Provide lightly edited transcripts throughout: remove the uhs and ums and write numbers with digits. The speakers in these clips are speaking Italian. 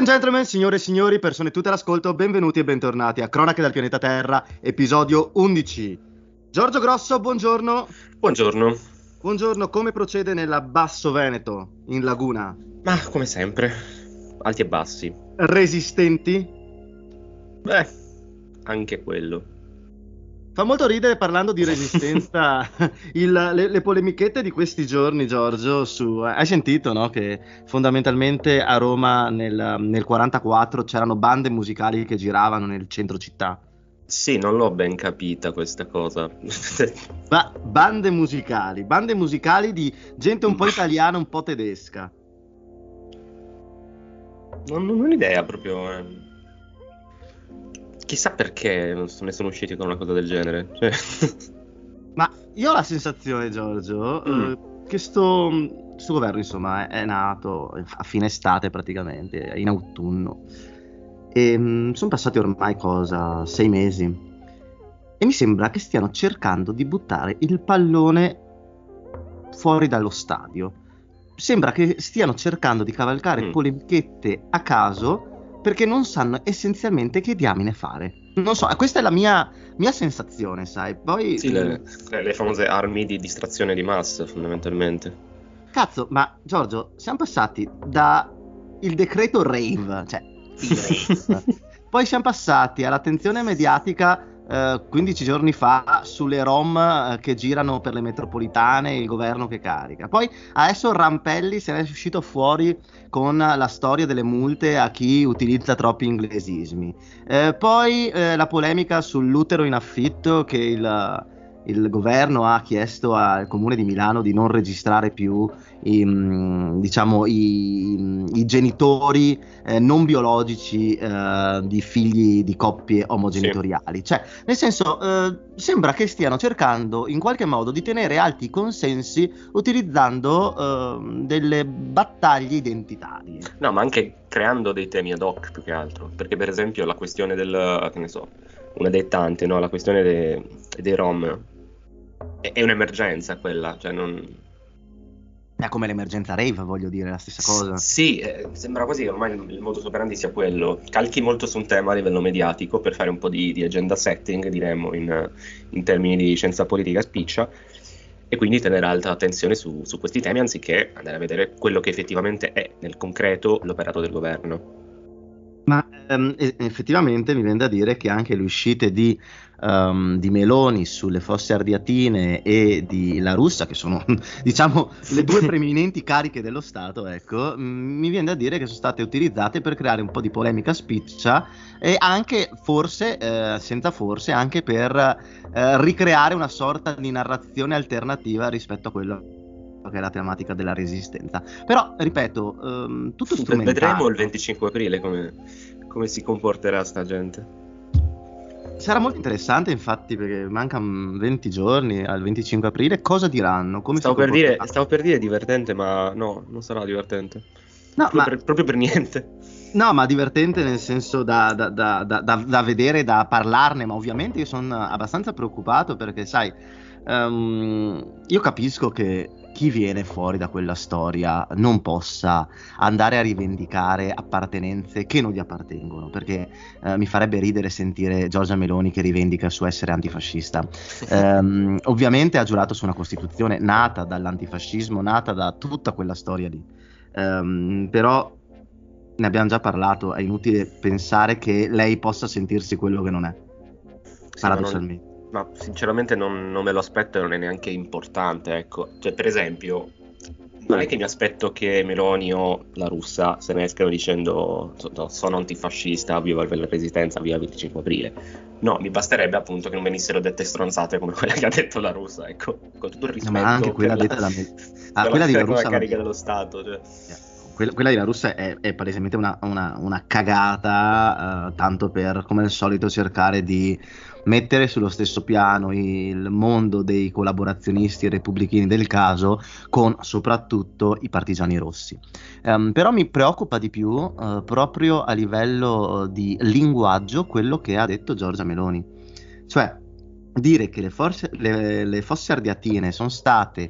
and gentlemen, signore e signori, persone tutte all'ascolto, benvenuti e bentornati a Cronache dal pianeta Terra, episodio 11. Giorgio Grosso, buongiorno. Buongiorno. Buongiorno, come procede nella Basso Veneto, in Laguna? Ma come sempre, alti e bassi. Resistenti? Beh, anche quello. Fa molto ridere, parlando di resistenza, le polemichette di questi giorni, Giorgio, hai sentito, no? Che fondamentalmente a Roma nel 44 c'erano bande musicali che giravano nel centro città. Sì, non l'ho ben capita questa cosa. Bande musicali di gente un po' italiana, un po' tedesca. Non ho un'idea proprio. Chissà perché non ne sono usciti con una cosa del genere. Ma io ho la sensazione, Giorgio, che sto governo, insomma, è nato a fine estate praticamente, in autunno. E sono passati ormai 6 mesi. E mi sembra che stiano cercando di buttare il pallone fuori dallo stadio. Sembra che stiano cercando di cavalcare polemichette a caso, perché non sanno essenzialmente che diamine fare. Non so, questa è la mia sensazione, sai. Poi sì, le famose armi di distrazione di massa, fondamentalmente. Cazzo, ma Giorgio, siamo passati da il decreto rave, cioè i rave. Poi siamo passati all'attenzione mediatica 15 giorni fa sulle rom che girano per le metropolitane, il governo che carica. Poi adesso Rampelli se ne è uscito fuori con la storia delle multe a chi utilizza troppi inglesismi. Poi la polemica sull'utero in affitto, che il governo ha chiesto al comune di Milano di non registrare più i genitori non biologici di figli di coppie omogenitoriali. Sì. Cioè, nel senso, sembra che stiano cercando in qualche modo di tenere alti i consensi utilizzando delle battaglie identitarie. No, ma anche creando dei temi ad hoc, più che altro. Perché per esempio la questione che ne so, una dei tante, no? La questione dei rom è un'emergenza quella, cioè non... È come l'emergenza rave, voglio dire, la stessa cosa. Sì, sembra quasi che ormai il modus operandi sia quello. Calchi molto su un tema a livello mediatico per fare un po' di agenda setting, diremmo, in termini di scienza politica spiccia, e quindi tenere alta attenzione su questi temi, anziché andare a vedere quello che effettivamente è, nel concreto, l'operato del governo. Ma effettivamente mi viene da dire che anche le uscite di Meloni sulle Fosse Ardeatine e di La Russa, che sono diciamo le due preeminenti cariche dello Stato, ecco, mi viene da dire che sono state utilizzate per creare un po' di polemica spiccia e anche forse, senza forse, anche per ricreare una sorta di narrazione alternativa rispetto a quello che è la tematica della resistenza. Però, ripeto, tutto strumentale. Vedremo il 25 aprile come si comporterà sta gente. Sarà molto interessante, infatti, perché mancano 20 giorni al 25 aprile. Cosa diranno? Come stavo per dire divertente, ma no, non sarà divertente. No, proprio per niente. No, ma divertente nel senso da vedere, da parlarne, ma ovviamente io sono abbastanza preoccupato perché, sai, io capisco che chi viene fuori da quella storia non possa andare a rivendicare appartenenze che non gli appartengono, perché mi farebbe ridere sentire Giorgia Meloni che rivendica il suo essere antifascista. Ovviamente ha giurato su una Costituzione nata dall'antifascismo, nata da tutta quella storia lì, però ne abbiamo già parlato, è inutile pensare che lei possa sentirsi quello che non è, paradossalmente. Ma sinceramente non me lo aspetto e non è neanche importante, ecco. Cioè, per esempio, non è che mi aspetto che Meloni o La Russa se ne escano dicendo sono antifascista, viva la resistenza, viva il 25 aprile. No, mi basterebbe appunto che non venissero dette stronzate come quella che ha detto La Russa, ecco. Con tutto il rispetto. Ma anche quella detta quella di La Russa, carica dello Stato, cioè. Quella di La Russa è palesemente una cagata, tanto per, come al solito, cercare di mettere sullo stesso piano il mondo dei collaborazionisti repubblichini del caso con soprattutto i partigiani rossi. Però mi preoccupa di più proprio a livello di linguaggio quello che ha detto Giorgia Meloni, cioè dire che le Fosse Ardeatine sono state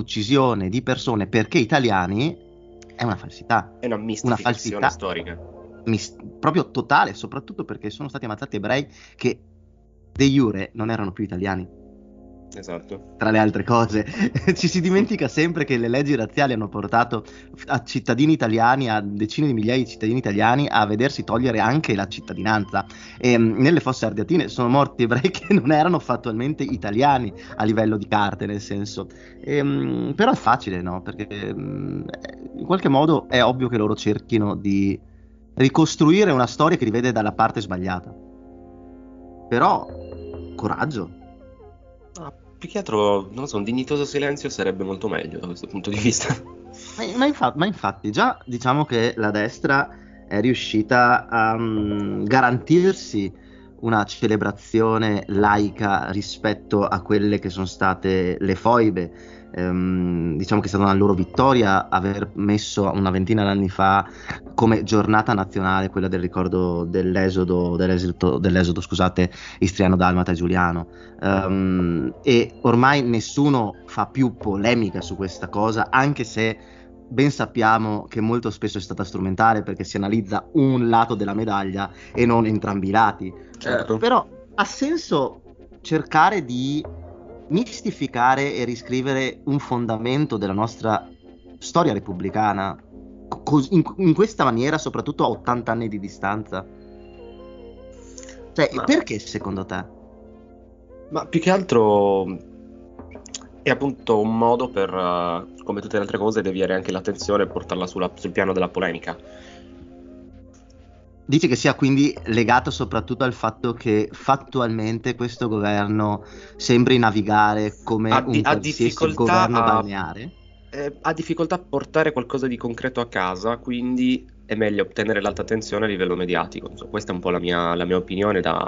un'uccisione di persone perché italiani è una falsità. È una mistificazione storica. proprio totale, soprattutto perché sono stati ammazzati ebrei che de jure non erano più italiani. Esatto. Tra le altre cose, ci si dimentica sempre che le leggi razziali hanno portato a cittadini italiani, a decine di migliaia di cittadini italiani, a vedersi togliere anche la cittadinanza. E nelle Fosse Ardeatine sono morti ebrei che non erano fattualmente italiani a livello di carte, nel senso. Però è facile, no? Perché in qualche modo è ovvio che loro cerchino di ricostruire una storia che li vede dalla parte sbagliata. Però, coraggio. Più che altro, non lo so, un dignitoso silenzio sarebbe molto meglio da questo punto di vista. Ma infatti, già diciamo che la destra è riuscita a garantirsi una celebrazione laica rispetto a quelle che sono state le foibe. Diciamo che è stata una loro vittoria aver messo una ventina d'anni fa come giornata nazionale quella del ricordo dell'esodo, scusate, istriano-dalmata e giuliano. E ormai nessuno fa più polemica su questa cosa, anche se ben sappiamo che molto spesso è stata strumentale perché si analizza un lato della medaglia e non entrambi i lati. Certo. Però ha senso cercare di mistificare e riscrivere un fondamento della nostra storia repubblicana in questa maniera, soprattutto a 80 anni di distanza? Cioè, perché secondo te? Ma più che altro è appunto un modo per, come tutte le altre cose, deviare anche l'attenzione e portarla sul piano della polemica. Dici che sia quindi legato soprattutto al fatto che fattualmente questo governo sembri navigare come un qualsiasi governo balneare? Ha difficoltà a portare qualcosa di concreto a casa, quindi è meglio ottenere l'alta attenzione a livello mediatico. Insomma, questa è un po' la mia opinione da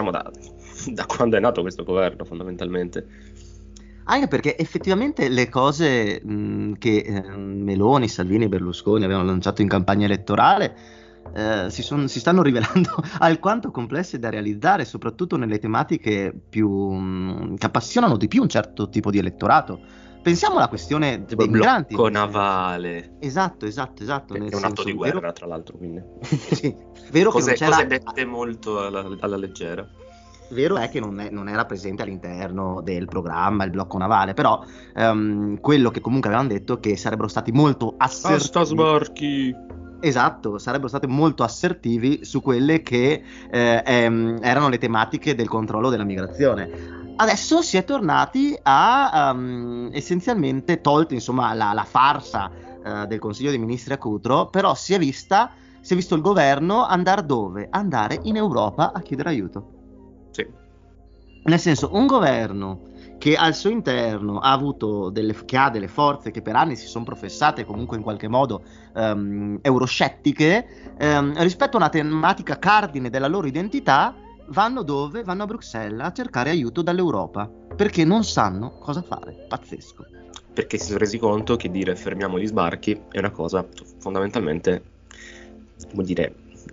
quando è nato questo governo, fondamentalmente. Anche perché effettivamente le cose che Meloni, Salvini e Berlusconi avevano lanciato in campagna elettorale si stanno rivelando alquanto complesse da realizzare, soprattutto nelle tematiche più che appassionano di più un certo tipo di elettorato. Pensiamo alla questione dei migranti. Blocco navale. Esatto. È un atto di guerra, tra l'altro, quindi. Sì, vero che non c'era... Cose dette molto alla leggera. Vero è che non era presente all'interno del programma il blocco navale, però quello che comunque avevano detto è che sarebbero stati molto assertivi. Asta sbarchi! Esatto, sarebbero stati molto assertivi su quelle che erano le tematiche del controllo della migrazione. Adesso si è tornati a essenzialmente tolto insomma la farsa del Consiglio dei Ministri a Cutro, però si è visto il governo andare dove? Andare in Europa a chiedere aiuto. Sì. Nel senso, un governo che al suo interno ha delle forze che per anni si sono professate comunque in qualche modo euroscettiche, rispetto a una tematica cardine della loro identità, vanno dove? Vanno a Bruxelles a cercare aiuto dall'Europa, perché non sanno cosa fare. Pazzesco. Perché si sono resi conto che dire fermiamo gli sbarchi è una cosa fondamentalmente, vuol dire,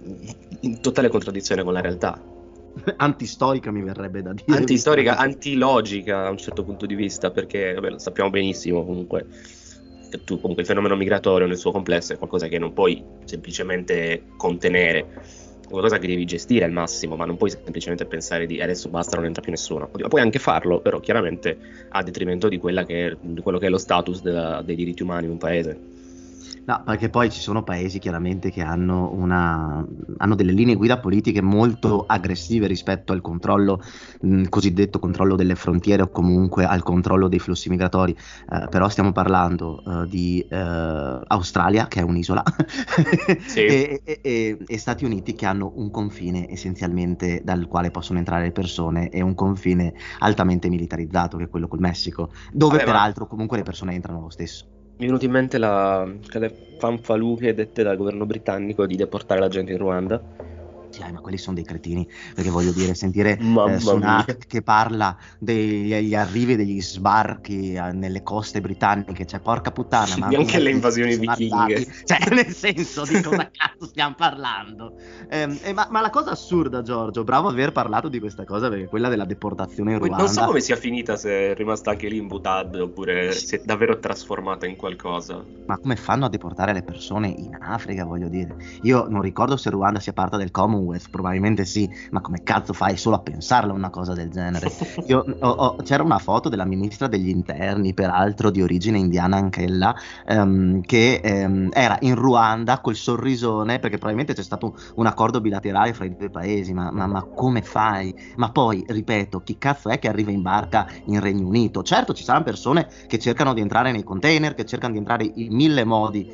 in totale contraddizione con la realtà. Antistorica mi verrebbe da dire. Antistorica, antilogica da un certo punto di vista, perché vabbè, lo sappiamo benissimo comunque che comunque il fenomeno migratorio nel suo complesso è qualcosa che non puoi semplicemente contenere, è qualcosa che devi gestire al massimo, ma non puoi semplicemente pensare di adesso basta, non entra più nessuno. Puoi anche farlo, però chiaramente a detrimento di quello che è lo status dei diritti umani in un paese. No, perché poi ci sono paesi chiaramente che hanno delle linee guida politiche molto aggressive rispetto al controllo, cosiddetto controllo delle frontiere o comunque al controllo dei flussi migratori, però stiamo parlando di Australia, che è un'isola, Sì. e Stati Uniti, che hanno un confine essenzialmente dal quale possono entrare le persone e un confine altamente militarizzato, che è quello col Messico, dove peraltro comunque le persone entrano lo stesso. Mi è venuto in mente le fanfaluche dette dal governo britannico di deportare la gente in Ruanda. Ma quelli sono dei cretini, perché voglio dire, sentire Mamma mia. Sunak che parla degli arrivi e degli sbarchi nelle coste britanniche, cioè porca puttana, ma anche i Neanche le nazisti invasioni sono vichinghe. arrivati, cioè nel senso di cosa cazzo stiamo parlando? Ma la cosa assurda, Giorgio, bravo aver parlato di questa cosa, perché quella della deportazione in Poi non so Ruanda. come sia finita, se è rimasta anche lì in Butab oppure si è davvero trasformata in qualcosa. Ma come fanno a deportare le persone in Africa, voglio dire? Io non ricordo se Ruanda sia parte del Commonwealth, probabilmente sì, ma come cazzo fai solo a pensarla una cosa del genere? C'era una foto della ministra degli interni, peraltro di origine indiana anch'ella, che era in Ruanda col sorrisone, perché probabilmente c'è stato un accordo bilaterale fra i due paesi, ma come fai? Ma poi, ripeto, chi cazzo è che arriva in barca in Regno Unito? Certo, ci saranno persone che cercano di entrare nei container, che cercano di entrare in mille modi,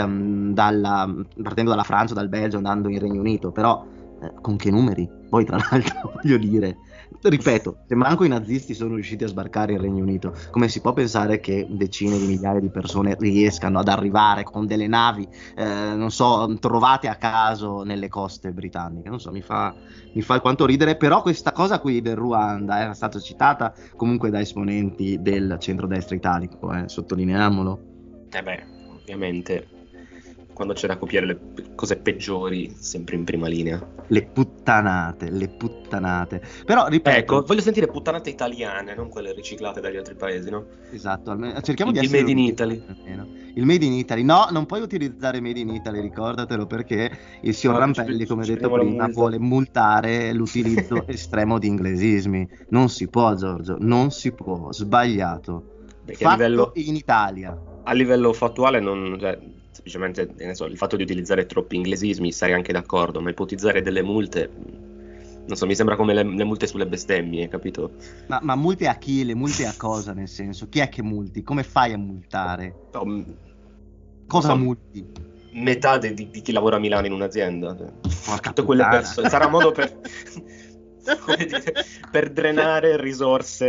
partendo dalla Francia, dal Belgio, andando in Regno Unito, però con che numeri? Poi tra l'altro voglio dire, ripeto, se manco i nazisti sono riusciti a sbarcare in Regno Unito, come si può pensare che decine di migliaia di persone riescano ad arrivare con delle navi, non so, trovate a caso nelle coste britanniche? Non so, mi fa alquanto ridere, però questa cosa qui del Ruanda è stata citata comunque da esponenti del centrodestra italico, sottolineiamolo. Beh, ovviamente, quando c'è da copiare le cose peggiori, sempre in prima linea. Le puttanate. Però ripeto, Ecco, voglio sentire puttanate italiane, non quelle riciclate dagli altri paesi, no? esatto, cerchiamo di Il essere Made in originali, Italy. almeno. Il Made in Italy, no, non puoi utilizzare Made in Italy, ricordatelo, perché il signor Rampelli, come Ci detto prendiamo la prima, multa. vuole multare l'utilizzo estremo di inglesismi. Non si può, Giorgio, non si può, sbagliato. Perché a Fatto livello, in Italia. a livello fattuale, non, cioè, semplicemente, ne so, il fatto di utilizzare troppi inglesismi sarei anche d'accordo, ma ipotizzare delle multe, non so, mi sembra come le multe sulle bestemmie, capito? Ma multe a chi? Le multe a cosa, nel senso? Chi è che multi? Come fai a multare? No, non Cosa so, multi? metà di chi lavora a Milano in un'azienda, cioè, Porca tutte quelle puttana. persone, sarà modo per, come dire, per drenare risorse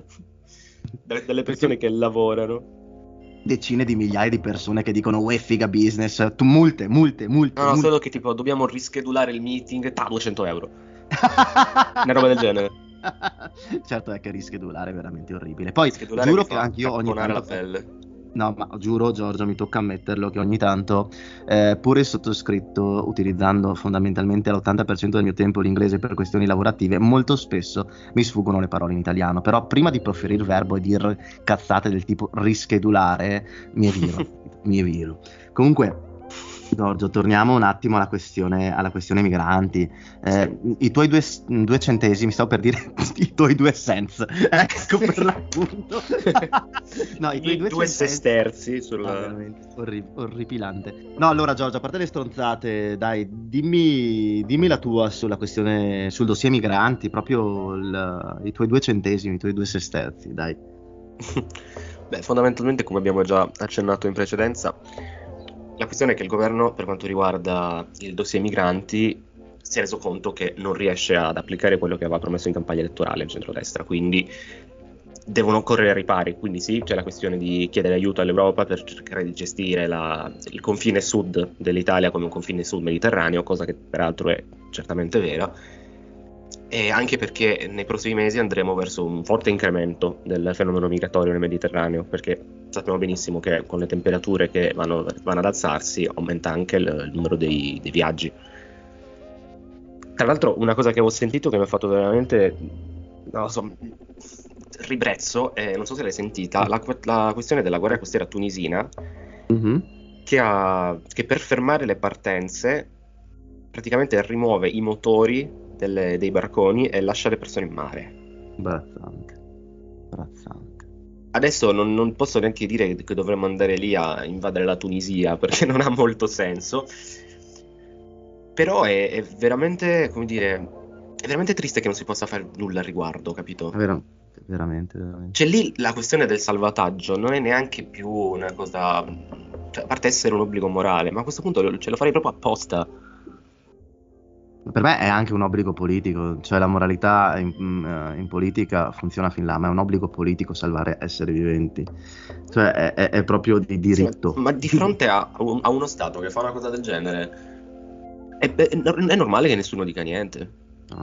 dalle persone che lavorano. Decine di migliaia di persone che dicono uè figa business, multe. No, solo che tipo dobbiamo rischedulare il meeting, 200 euro, una roba del genere. Certo è che rischedulare è veramente orribile. Poi Schedulare giuro mi che fa anch'io ogni accapponare la tanto pelle. no, ma giuro Giorgio, mi tocca ammetterlo che ogni tanto, pure il sottoscritto, utilizzando fondamentalmente all'80% del mio tempo l'inglese per questioni lavorative, molto spesso mi sfuggono le parole in italiano, però prima di proferire il verbo e dire cazzate del tipo rischedulare, mi eviro. Comunque, Giorgio, torniamo un attimo alla questione migranti. I tuoi due centesimi, stavo per dire i tuoi 2 cents, ecco per l'appunto. No, i tuoi I 2 due centesimi. sesterzi sulla... Veramente orripilante. No, allora Giorgio, a parte le stronzate, dai, dimmi la tua sulla questione, sul dossier migranti, proprio i tuoi 2 centesimi, i tuoi 2 sesterzi, dai. Beh, fondamentalmente, come abbiamo già accennato in precedenza, la questione è che il governo, per quanto riguarda il dossier migranti, si è reso conto che non riesce ad applicare quello che aveva promesso in campagna elettorale il centrodestra, quindi devono correre ai ripari. Quindi sì, c'è la questione di chiedere aiuto all'Europa per cercare di gestire il confine sud dell'Italia come un confine sud mediterraneo, cosa che peraltro è certamente vera, e anche perché nei prossimi mesi andremo verso un forte incremento del fenomeno migratorio nel Mediterraneo, perché sappiamo benissimo che con le temperature che vanno ad alzarsi aumenta anche il numero dei viaggi. Tra l'altro, una cosa che ho sentito che mi ha fatto veramente, non lo so, ribrezzo, non so se l'hai sentita, la questione della guardia costiera tunisina, Mhm. che per fermare le partenze praticamente rimuove i motori dei barconi e lascia le persone in mare. Imbarazzante. Adesso non posso neanche dire che dovremmo andare lì a invadere la Tunisia, perché non ha molto senso. Però è veramente, come dire, è veramente triste che non si possa fare nulla al riguardo, capito? Veramente. Cioè lì la questione del salvataggio non è neanche più una cosa, cioè, a parte essere un obbligo morale, ma a questo punto ce lo farei proprio apposta. Per me è anche un obbligo politico, cioè la moralità in politica funziona fin là, ma è un obbligo politico salvare esseri viventi, cioè è proprio di Sì, diritto. ma di fronte a uno Stato che fa una cosa del genere, È normale che nessuno dica niente. No,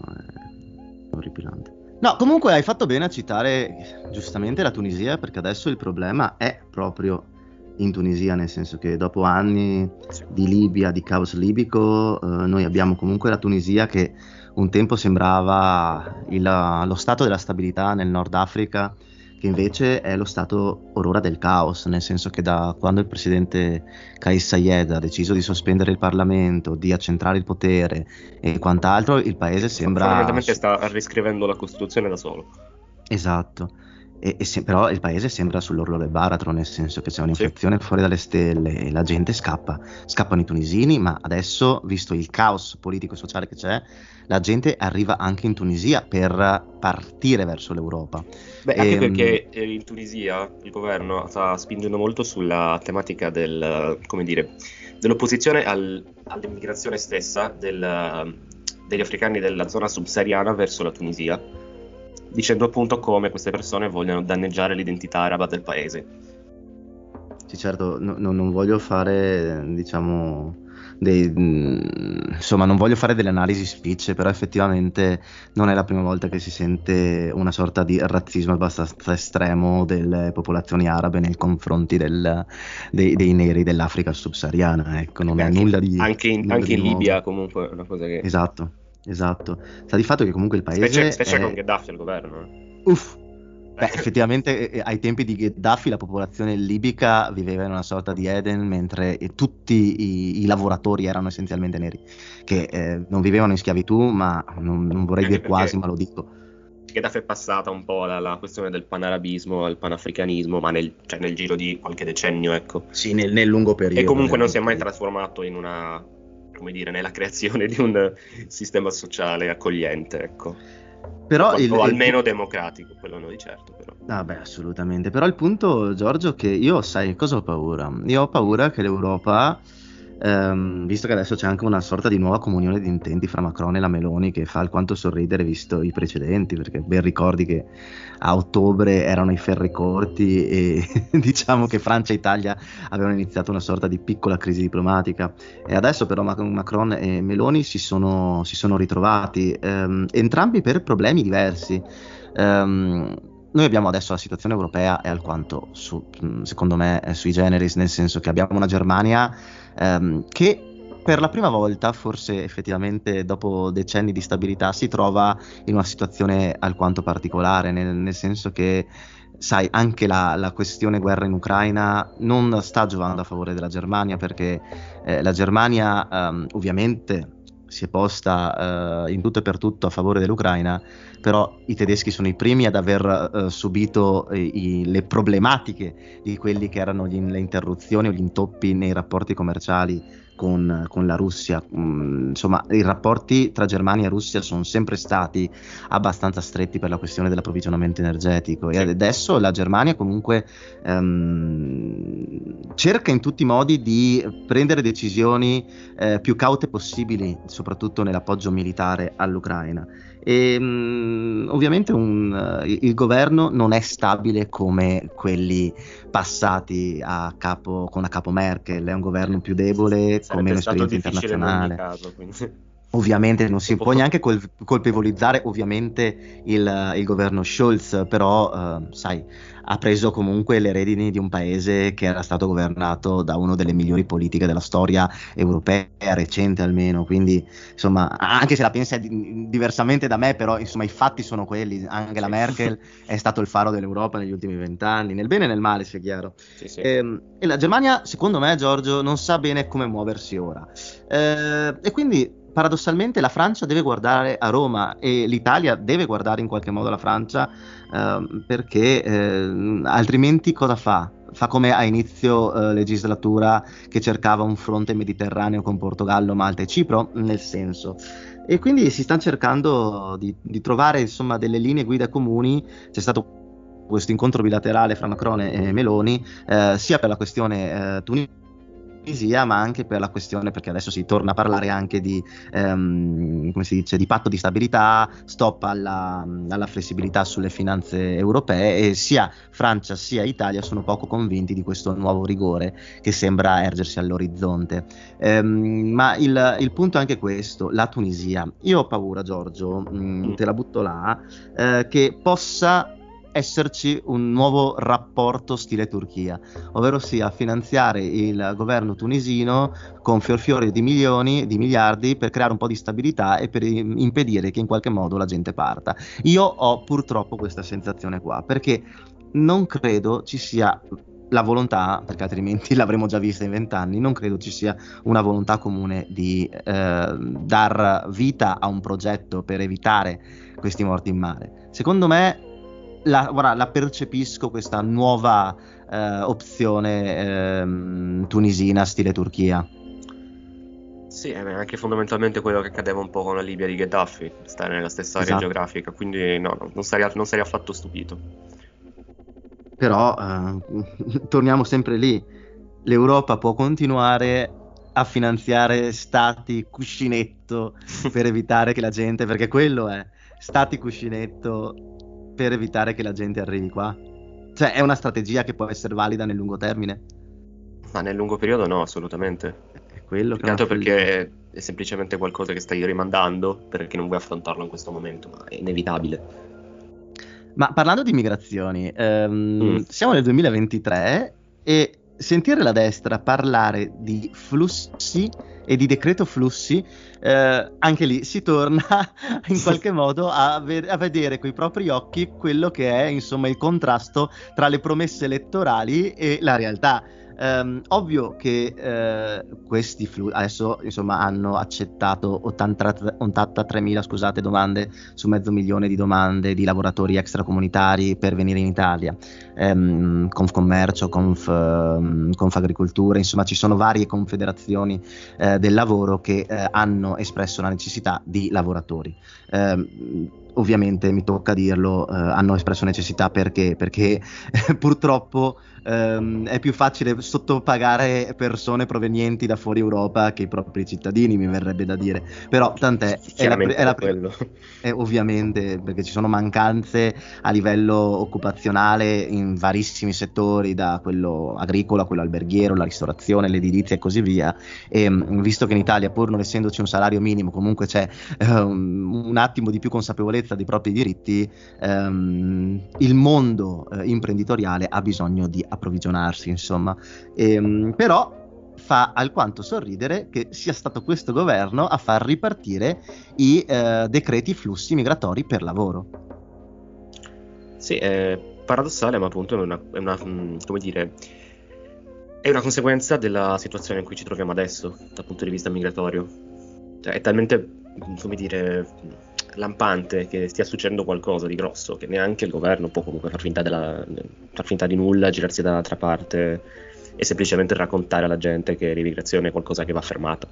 è orripilante. No, comunque hai fatto bene a citare giustamente la Tunisia, perché adesso il problema è proprio in Tunisia, nel senso che dopo anni Sì. di Libia, di caos libico, noi abbiamo comunque la Tunisia che un tempo sembrava lo stato della stabilità nel Nord Africa, che invece è lo stato or ora del caos, nel senso che da quando il presidente Kais Saied ha deciso di sospendere il Parlamento, di accentrare il potere e quant'altro, il paese sembra... Fondamentalmente sta riscrivendo la Costituzione da solo. Esatto, però il paese sembra sull'orlo del baratro, nel senso che c'è Sì. un'inflazione fuori dalle stelle e la gente scappa. Scappano i tunisini, ma adesso, visto il caos politico e sociale che c'è, la gente arriva anche in Tunisia per partire verso l'Europa. Beh, anche perché in Tunisia il governo sta spingendo molto sulla tematica come dire, dell'opposizione all'immigrazione stessa degli africani della zona subsahariana verso la Tunisia, dicendo appunto come queste persone vogliono danneggiare l'identità araba del paese. Sì, certo, non voglio fare, diciamo, insomma, non voglio fare delle analisi spicce, però effettivamente non è la prima volta che si sente una sorta di razzismo abbastanza estremo delle popolazioni arabe nei confronti dei neri dell'Africa subsahariana, ecco, non è nulla di Anche in nuovo. Libia comunque è una cosa che... Esatto. Sta di fatto che comunque il paese Specie con Gheddafi al governo. Uff. Beh, effettivamente ai tempi di Gheddafi la popolazione libica viveva in una sorta di Eden, mentre tutti i lavoratori erano essenzialmente neri, che non vivevano in schiavitù, ma non vorrei Anche dire quasi, perché ma lo dico. Gheddafi è passata un po' la questione del panarabismo al panafricanismo, ma nel giro di qualche decennio, ecco. Sì, nel lungo periodo. E comunque non si è mai trasformato in una, come dire, nella creazione di un sistema sociale accogliente, ecco. Però o almeno democratico, quello no di certo, però. Ah beh, assolutamente. Però il punto, Giorgio, che io sai cosa ho paura? Io ho paura che l'Europa, visto che adesso c'è anche una sorta di nuova comunione di intenti fra Macron e la Meloni, che fa alquanto sorridere visto i precedenti, perché ben ricordi che a ottobre erano i ferri corti e diciamo che Francia e Italia avevano iniziato una sorta di piccola crisi diplomatica. E adesso però Macron e Meloni si sono ritrovati, entrambi per problemi diversi. Noi abbiamo adesso la situazione europea è alquanto, secondo me, è sui generis, nel senso che abbiamo una Germania che per la prima volta, forse effettivamente dopo decenni di stabilità, si trova in una situazione alquanto particolare, nel senso che, sai, anche la questione guerra in Ucraina non sta giovando a favore della Germania, perché la Germania ovviamente si è posta in tutto e per tutto a favore dell'Ucraina, però i tedeschi sono i primi ad aver subito le problematiche di quelli che erano le interruzioni o gli intoppi nei rapporti commerciali con la Russia. Insomma, i rapporti tra Germania e Russia sono sempre stati abbastanza stretti per la questione dell'approvvigionamento energetico, e adesso la Germania comunque cerca in tutti i modi di prendere decisioni più caute possibili, soprattutto nell'appoggio militare all'Ucraina. E ovviamente il governo non è stabile come quelli passati con a capo Merkel, è un governo più debole, con meno esperienza internazionale. Caso, Ovviamente non si può neanche colpevolizzare ovviamente il governo Scholz, però sai, ha preso comunque le redini di un paese che era stato governato da una delle migliori politiche della storia europea recente almeno, quindi insomma, anche se la pensa diversamente da me, però insomma i fatti sono quelli. Angela Merkel è stato il faro dell'Europa negli ultimi 20 anni, nel bene e nel male, sia chiaro. Sì. E la Germania, secondo me, Giorgio, non sa bene come muoversi ora, e quindi paradossalmente la Francia deve guardare a Roma e l'Italia deve guardare in qualche modo la Francia, perché altrimenti cosa fa? Fa come a inizio legislatura, che cercava un fronte mediterraneo con Portogallo, Malta e Cipro, nel senso. E quindi si stanno cercando di trovare insomma delle linee guida comuni. C'è questo incontro bilaterale fra Macron e Meloni, sia per la questione tunisina Tunisia, ma anche per la questione, perché adesso si torna a parlare anche di, come si dice, di patto di stabilità, stop alla flessibilità sulle finanze europee, e sia Francia sia Italia sono poco convinti di questo nuovo rigore che sembra ergersi all'orizzonte. Ma il punto è anche questo, la Tunisia. Io ho paura, Giorgio, te la butto là, che possa esserci un nuovo rapporto stile Turchia, ovvero sia finanziare il governo tunisino con fior di milioni, di miliardi, per creare un po' di stabilità e per impedire che in qualche modo la gente parta. Io ho purtroppo questa sensazione qua, perché non credo ci sia la volontà, perché altrimenti l'avremmo già vista in 20 anni, non credo ci sia una volontà comune di dar vita a un progetto per evitare questi morti in mare. Secondo me guarda, la percepisco questa nuova opzione tunisina stile Turchia. Sì, è anche fondamentalmente quello che accadeva un po' con la Libia di Gheddafi, stare nella stessa area Esatto. geografica, quindi no, non sarei affatto stupito. Però torniamo sempre lì. L'Europa può continuare a finanziare stati cuscinetto per evitare che la gente, perché quello è, stati cuscinetto per evitare che la gente arrivi qua. Cioè, è una strategia che può essere valida nel lungo termine. Ma nel lungo periodo no, assolutamente. È quello Più che che è una altro follia. perché è semplicemente qualcosa che stai rimandando perché non vuoi affrontarlo in questo momento, ma è inevitabile. Ma parlando di migrazioni, Mm. siamo nel 2023 e sentire la destra parlare di flussi e di decreto flussi, anche lì si torna in qualche modo a vedere coi propri occhi quello che è, insomma, il contrasto tra le promesse elettorali e la realtà. Ovvio che questi adesso, insomma, hanno accettato 83.000, scusate, domande su 500.000 di domande di lavoratori extracomunitari per venire in Italia, Confcommercio, Confagricoltura, insomma ci sono varie confederazioni del lavoro che hanno espresso la necessità di lavoratori. Ovviamente mi tocca dirlo, hanno espresso necessità perché purtroppo è più facile sottopagare persone provenienti da fuori Europa che i propri cittadini, mi verrebbe da dire. Però tant'è, Chiaramente per quello. ovviamente, perché ci sono mancanze a livello occupazionale in varissimi settori, da quello agricolo a quello alberghiero, la ristorazione, l'edilizia e così via. E visto che in Italia, pur non essendoci un salario minimo, comunque c'è un attimo di più consapevolezza dei propri diritti, il mondo imprenditoriale ha bisogno di approvvigionarsi, insomma. Però fa alquanto sorridere che sia stato questo governo a far ripartire i decreti flussi migratori per lavoro. Sì, è paradossale, ma appunto come dire, è una conseguenza della situazione in cui ci troviamo adesso, dal punto di vista migratorio. Cioè, è talmente, come dire, lampante che stia succedendo qualcosa di grosso che neanche il governo può comunque far finta di nulla, girarsi dall'altra parte e semplicemente raccontare alla gente che l'immigrazione è qualcosa che va fermata.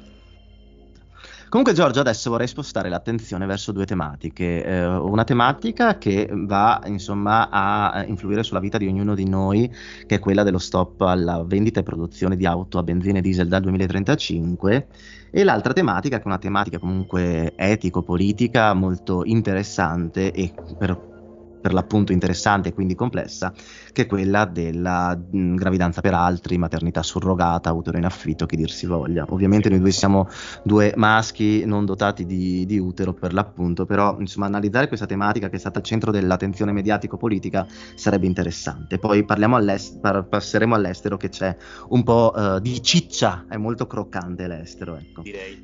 Comunque, Giorgio, adesso vorrei spostare l'attenzione verso due tematiche. Una tematica che va, insomma, a influire sulla vita di ognuno di noi, che è quella dello stop alla vendita e produzione di auto a benzina e diesel dal 2035, e l'altra tematica, che è una tematica comunque etico-politica molto interessante e per l'appunto interessante e quindi complessa, che è quella della gravidanza per altri, maternità surrogata, utero in affitto, che dir si voglia. Ovviamente noi due siamo due maschi non dotati di utero, per l'appunto, però insomma analizzare questa tematica che è stata al centro dell'attenzione mediatico-politica sarebbe interessante. Poi passeremo all'estero, che c'è un po' di ciccia, è molto croccante l'estero, ecco. Direi.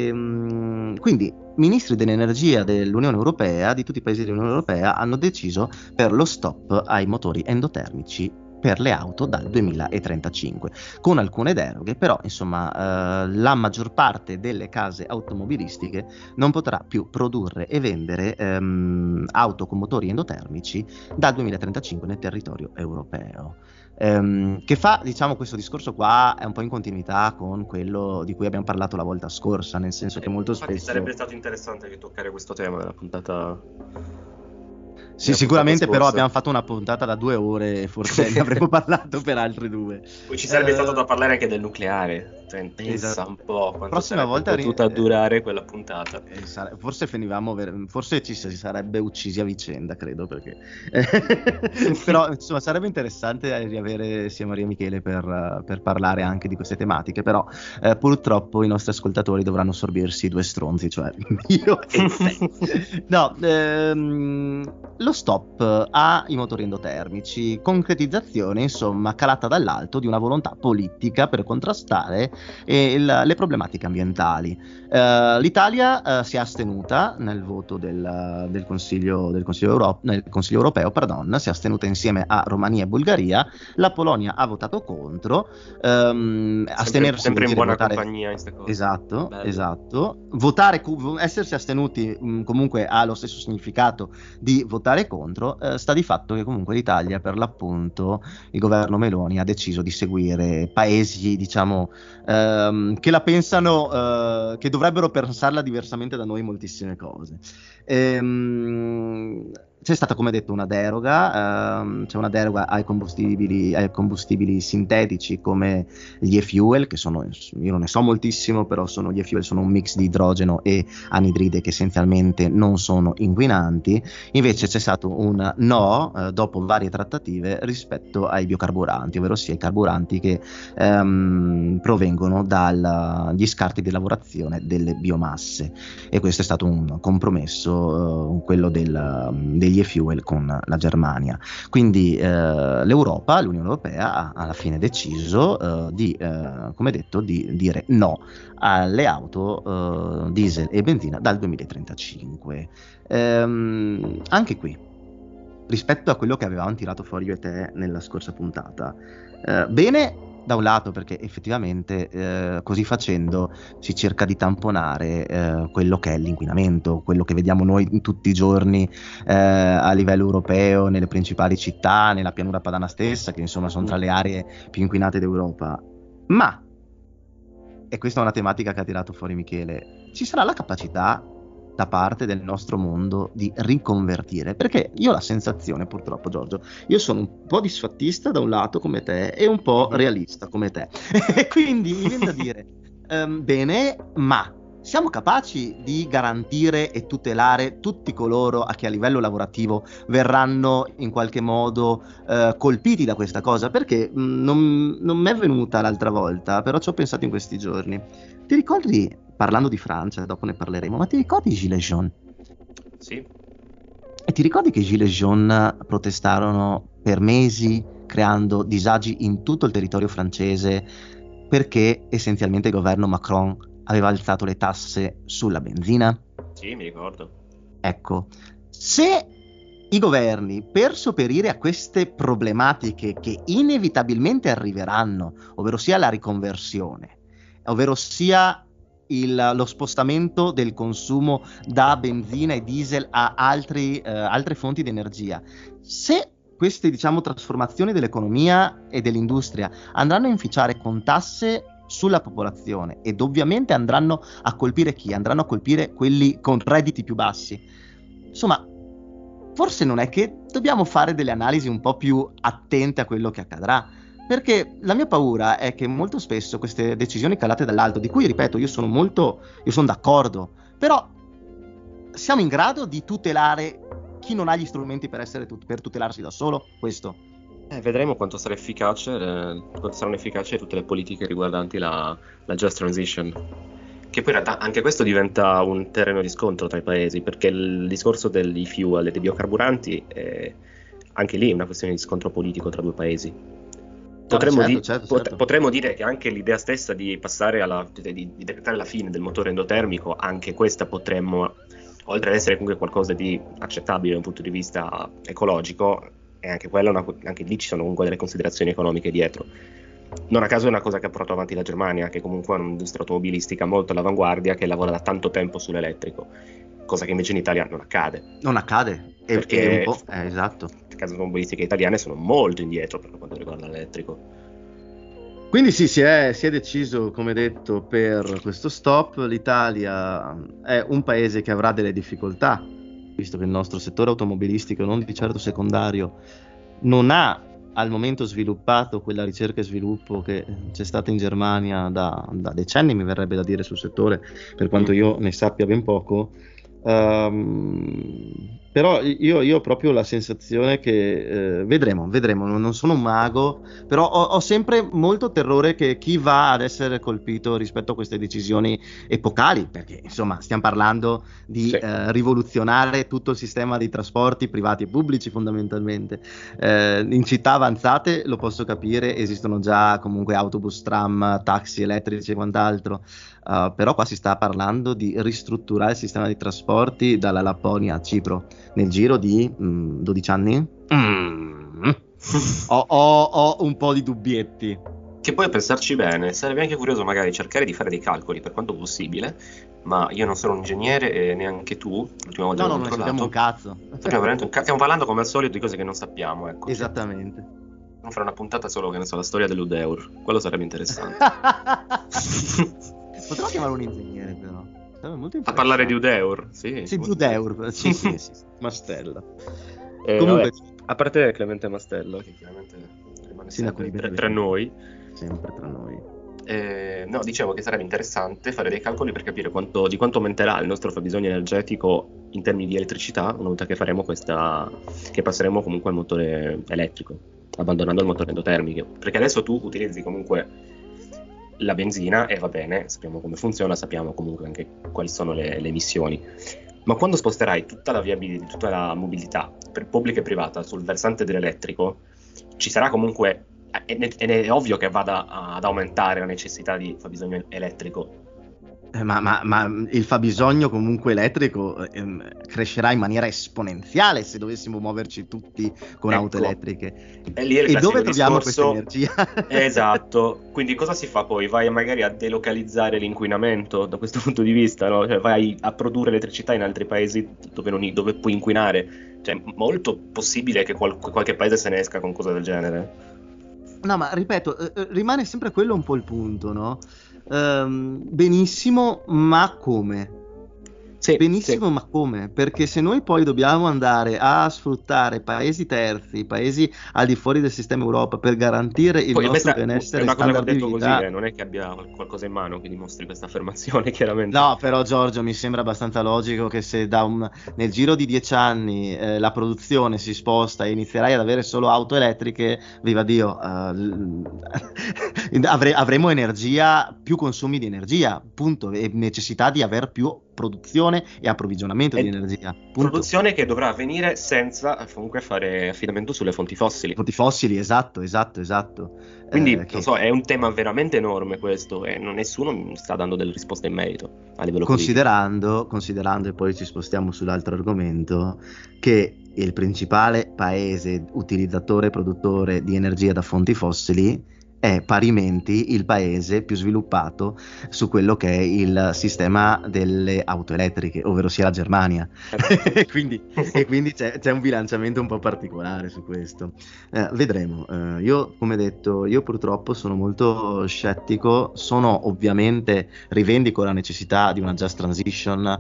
Quindi ministri dell'energia dell'Unione Europea, di tutti i paesi dell'Unione Europea, hanno deciso per lo stop ai motori endotermici per le auto dal 2035, con alcune deroghe, però insomma la maggior parte delle case automobilistiche non potrà più produrre e vendere auto con motori endotermici dal 2035 nel territorio europeo. Che fa, diciamo, questo discorso qua è un po' in continuità con quello di cui abbiamo parlato la volta scorsa, nel senso che molto Infatti spesso sarebbe stato interessante che toccare questo tema nella puntata. Sì, sicuramente, però abbiamo fatto una puntata da 2 ore e forse ne avremmo parlato per altre 2. Poi ci sarebbe stato da parlare anche del nucleare. Pensa esatto. un po' quanto Prossima sarebbe volta potuta durare quella puntata. Forse forse ci si sarebbe uccisi a vicenda, credo, perché però insomma sarebbe interessante riavere sia Maria Michele per parlare anche di queste tematiche, però purtroppo i nostri ascoltatori dovranno sorbirsi 2 stronzi, cioè io e te. No, lo stop ai motori endotermici, concretizzazione insomma calata dall'alto di una volontà politica per contrastare le problematiche ambientali. L'Italia si è astenuta nel voto del Consiglio europeo, si è astenuta insieme a Romania e Bulgaria. La Polonia ha votato contro. Astenersi sempre in buona votare... compagnia in queste cose. Esatto, Bello. Esatto. Essersi astenuti comunque ha lo stesso significato di votare contro. Sta di fatto che comunque l'Italia, per l'appunto, il governo Meloni ha deciso di seguire paesi, diciamo, che la pensano, che dovrebbero pensarla diversamente da noi moltissime cose. C'è stata, come detto, una deroga, c'è una deroga ai combustibili sintetici come gli e-fuel, che sono, io non ne so moltissimo, però gli e-fuel sono un mix di idrogeno e anidride che essenzialmente non sono inquinanti. Invece c'è stato un no, dopo varie trattative, rispetto ai biocarburanti, ovvero sia i carburanti che provengono dagli scarti di lavorazione delle biomasse, e questo è stato un compromesso, quello degli e-fuel con la Germania. Quindi l'Unione Europea ha alla fine deciso come detto, di dire no alle auto diesel e benzina dal 2035. Anche qui, rispetto a quello che avevamo tirato fuori io e te nella scorsa puntata, bene da un lato, perché effettivamente così facendo si cerca di tamponare quello che è l'inquinamento, quello che vediamo noi tutti i giorni a livello europeo, nelle principali città, nella pianura padana stessa, che insomma sono tra le aree più inquinate d'Europa. Ma, e questa è una tematica che ha tirato fuori Michele, ci sarà la capacità da parte del nostro mondo di riconvertire? Perché io ho la sensazione, purtroppo, Giorgio, io sono un po' disfattista da un lato come te e un po' realista come te, e quindi mi viene da dire bene, ma siamo capaci di garantire e tutelare tutti coloro a che a livello lavorativo verranno in qualche modo colpiti da questa cosa? Perché non mi è venuta l'altra volta, però ci ho pensato in questi giorni. Ti ricordi, parlando di Francia, dopo ne parleremo, ma ti ricordi i Gilets jaunes? Sì. E ti ricordi che i Gilets jaunes protestarono per mesi creando disagi in tutto il territorio francese perché essenzialmente il governo Macron aveva alzato le tasse sulla benzina? Sì, mi ricordo. Ecco, se i governi, per sopperire a queste problematiche che inevitabilmente arriveranno, ovvero sia la riconversione, ovvero sia lo spostamento del consumo da benzina e diesel a altre fonti di energia, se queste, diciamo, trasformazioni dell'economia e dell'industria andranno a inficiare con tasse sulla popolazione, ed ovviamente andranno a colpire chi? Andranno a colpire quelli con redditi più bassi. Insomma, forse non è che dobbiamo fare delle analisi un po' più attente a quello che accadrà, perché la mia paura è che molto spesso queste decisioni calate dall'alto, di cui, ripeto, io sono d'accordo, però siamo in grado di tutelare chi non ha gli strumenti per tutelarsi da solo? Questo. Vedremo quanto saranno efficaci tutte le politiche riguardanti la just transition, che poi in realtà anche questo diventa un terreno di scontro tra i paesi, perché il discorso degli fuel e dei biocarburanti anche lì è una questione di scontro politico tra due paesi. Potremmo dire che anche l'idea stessa di passare di decretare la fine del motore endotermico, anche questa potremmo, oltre ad essere comunque qualcosa di accettabile da un punto di vista ecologico, e anche quella anche lì ci sono comunque delle considerazioni economiche dietro. Non a caso è una cosa che ha portato avanti la Germania, che comunque ha un'industria automobilistica molto all'avanguardia, che lavora da tanto tempo sull'elettrico, cosa che invece in Italia non accade. Non accade, perché un po', esatto. Le case automobilistiche italiane sono molto indietro per quanto riguarda l'elettrico. Quindi sì, si è deciso, come detto, per questo stop. L'Italia è un paese che avrà delle difficoltà visto che il nostro settore automobilistico, non di certo secondario, non ha al momento sviluppato quella ricerca e sviluppo che c'è stata in Germania da decenni, mi verrebbe da dire, sul settore, per quanto io ne sappia ben poco. Però io ho proprio la sensazione che vedremo, non sono un mago, però ho sempre molto terrore che chi va ad essere colpito rispetto a queste decisioni epocali, perché insomma stiamo parlando di Sì. rivoluzionare tutto il sistema di trasporti privati e pubblici fondamentalmente. In città avanzate lo posso capire, esistono già comunque autobus, tram, taxi elettrici e quant'altro. Però qua si sta parlando di ristrutturare il sistema di trasporti dalla Lapponia a Cipro nel giro di 12 anni. Ho un po' di dubbietti. Che poi, a pensarci bene, sarebbe anche curioso magari cercare di fare dei calcoli per quanto possibile, ma io non sono un ingegnere e neanche tu, l'ultima volta No, che ho non ne sappiamo controllato. un cazzo. Sappiamo veramente stiamo parlando come al solito di cose che non sappiamo, ecco. Esattamente. Non fare una puntata solo, che ne so, la storia dell'Udeur, quello sarebbe interessante. Potrò chiamare un ingegnere, però. Sarebbe molto A parlare di interessante. Udeur, sì. Sì, di Udeur. Sì. Mastella. Vabbè, Comunque, a parte Clemente Mastella, che chiaramente rimane sindaco sempre di tra noi. Sempre tra noi. No, dicevo che sarebbe interessante fare dei calcoli per capire di quanto aumenterà il nostro fabbisogno energetico in termini di elettricità una volta che faremo che passeremo comunque al motore elettrico, abbandonando il motore endotermico. Perché adesso tu utilizzi comunque la benzina e va bene, sappiamo come funziona, sappiamo comunque anche quali sono le emissioni. Ma quando sposterai tutta la viabilità, tutta la mobilità pubblica e privata sul versante dell'elettrico, ci sarà comunque, è ovvio che vada ad aumentare la necessità di fabbisogno elettrico. Ma il fabbisogno comunque elettrico crescerà in maniera esponenziale se dovessimo muoverci tutti con auto elettriche. E lì è il E dove classico troviamo discorso. questa energia? Esatto, quindi cosa si fa poi? Vai magari a delocalizzare l'inquinamento da questo punto di vista, no? Cioè vai a produrre elettricità in altri paesi dove puoi inquinare. Cioè, molto possibile che qualche paese se ne esca con cose del genere. No, ma ripeto, rimane sempre quello un po' il punto, no? Benissimo, ma come? Sì, Benissimo, sì. ma come? Perché se noi poi dobbiamo andare a sfruttare paesi terzi, paesi al di fuori del sistema Europa per garantire il Poi nostro questa è benessere e una cosa che ho standard di detto così, vita. non è che abbia qualcosa in mano che dimostri questa affermazione, chiaramente. No, però Giorgio, mi sembra abbastanza logico che se nel giro di 10 anni la produzione si sposta e inizierai ad avere solo auto elettriche, viva Dio, avremo energia, più consumi di energia, punto, e necessità di aver più produzione e approvvigionamento di energia, punto. Produzione che dovrà avvenire senza comunque fare affidamento sulle fonti fossili. Fonti fossili, esatto. Quindi, non so, è un tema veramente enorme questo e nessuno sta dando delle risposte in merito a livello considerando, e poi ci spostiamo sull'altro argomento, che il principale paese utilizzatore e produttore di energia da fonti fossili è parimenti il paese più sviluppato su quello che è il sistema delle auto elettriche, ovvero sia la Germania. e quindi c'è un bilanciamento un po' particolare su questo. Vedremo. Io, come detto, io purtroppo sono molto scettico, ovviamente rivendico la necessità di una just transition,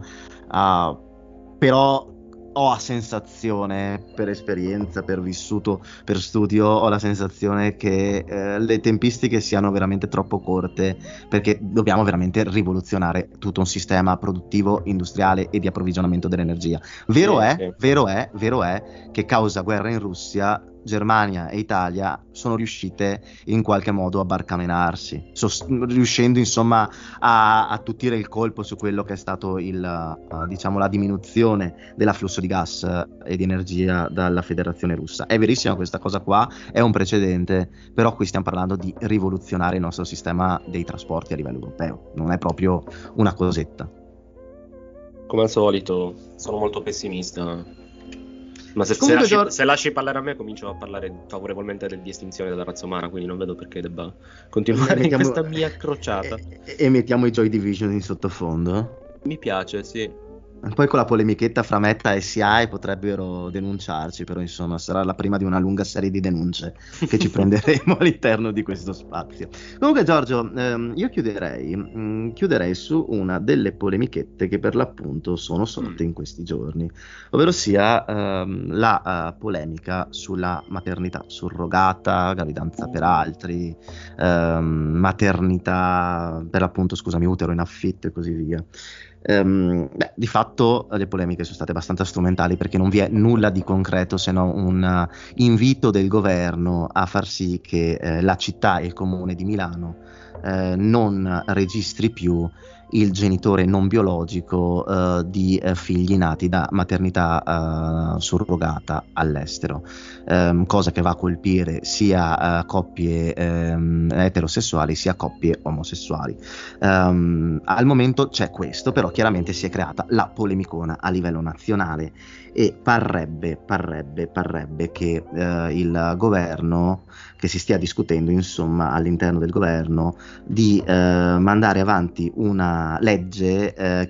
però ho la sensazione, per esperienza, per vissuto, per studio, ho la sensazione che le tempistiche siano veramente troppo corte, perché dobbiamo veramente rivoluzionare tutto un sistema produttivo, industriale e di approvvigionamento dell'energia. Vero è che causa guerra in Russia, Germania e Italia sono riuscite in qualche modo a barcamenarsi, riuscendo insomma a attutire il colpo su quello che è stato diciamo la diminuzione dell'afflusso di gas e di energia dalla Federazione Russa. È verissima questa cosa qua, è un precedente, però qui stiamo parlando di rivoluzionare il nostro sistema dei trasporti a livello europeo, non è proprio una cosetta. Come al solito, sono molto pessimista. Ma se lasci parlare a me, comincio a parlare favorevolmente di estinzione della razza umana, quindi non vedo perché debba continuare in questa mia crociata. E mettiamo i Joy Division in sottofondo? Mi piace, sì. Poi con la polemichetta fra Meta e SIAE potrebbero denunciarci, però insomma sarà la prima di una lunga serie di denunce che ci prenderemo all'interno di questo spazio. Comunque Giorgio, io chiuderei su una delle polemichette che per l'appunto sono sorte in questi giorni, ovvero sia la polemica sulla maternità surrogata, gravidanza per altri, maternità per l'appunto, scusami, utero in affitto e così via. Di fatto le polemiche sono state abbastanza strumentali perché non vi è nulla di concreto se non un invito del governo a far sì che la città e il comune di Milano non registri più il genitore non biologico di figli nati da maternità surrogata all'estero, cosa che va a colpire sia coppie eterosessuali sia coppie omosessuali. Al momento c'è questo, però chiaramente si è creata la polemicona a livello nazionale e parrebbe che il governo, che si stia discutendo insomma all'interno del governo di mandare avanti una legge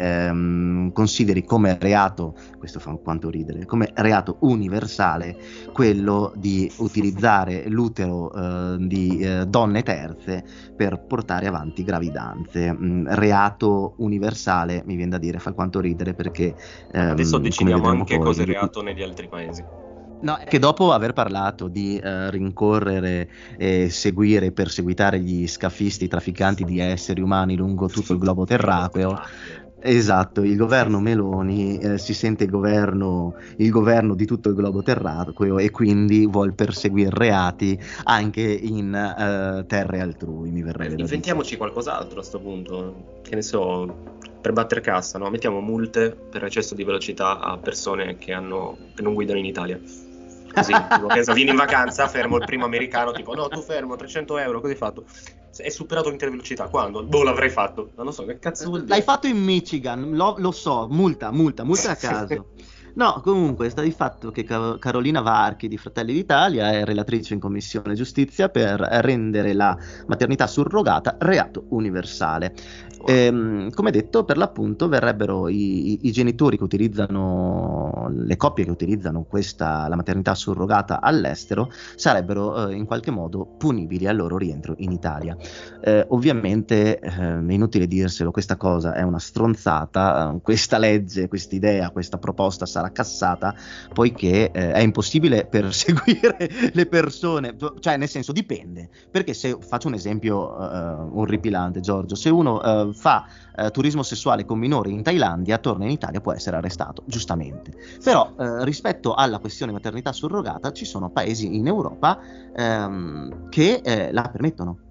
che consideri come reato, questo fa quanto ridere, come reato universale quello di utilizzare l'utero di donne terze per portare avanti gravidanze. Reato universale, mi viene da dire, fa quanto ridere perché adesso decidiamo anche poi, cosa è reato negli altri paesi. no, è che dopo aver parlato di rincorrere, seguire e perseguitare gli scafisti, i trafficanti di esseri umani lungo tutto il globo terracqueo, esatto, il governo Meloni si sente il governo di tutto il globo terracqueo e quindi vuol perseguire reati anche in terre altrui, mi verrebbe da dire. Inventiamoci qualcos'altro a sto punto, che ne so, per battere cassa, no? Mettiamo multe per eccesso di velocità a persone che non guidano in Italia. Così, tipo, che so, vieni in vacanza, fermo il primo americano, tipo, no, tu fermo, 300 euro, cosa hai fatto? È superato l'intervelocità, quando? Boh, l'avrei fatto, non lo so, che cazzo vuol dire? L'hai fatto in Michigan, lo so, multa a caso. No, comunque sta di fatto che Carolina Varchi di Fratelli d'Italia è relatrice in Commissione Giustizia per rendere la maternità surrogata reato universale. Come detto, per l'appunto verrebbero i genitori che utilizzano, le coppie che utilizzano la maternità surrogata all'estero, sarebbero in qualche modo punibili al loro rientro in Italia. Ovviamente è inutile dirselo, questa cosa è una stronzata, questa legge, questa idea, questa proposta sarà cassata poiché è impossibile perseguire le persone, cioè nel senso dipende, perché se faccio un esempio orripilante, Giorgio, se uno fa turismo sessuale con minori in Thailandia, torna in Italia, può essere arrestato, giustamente. Però rispetto alla questione maternità surrogata ci sono paesi in Europa che la permettono,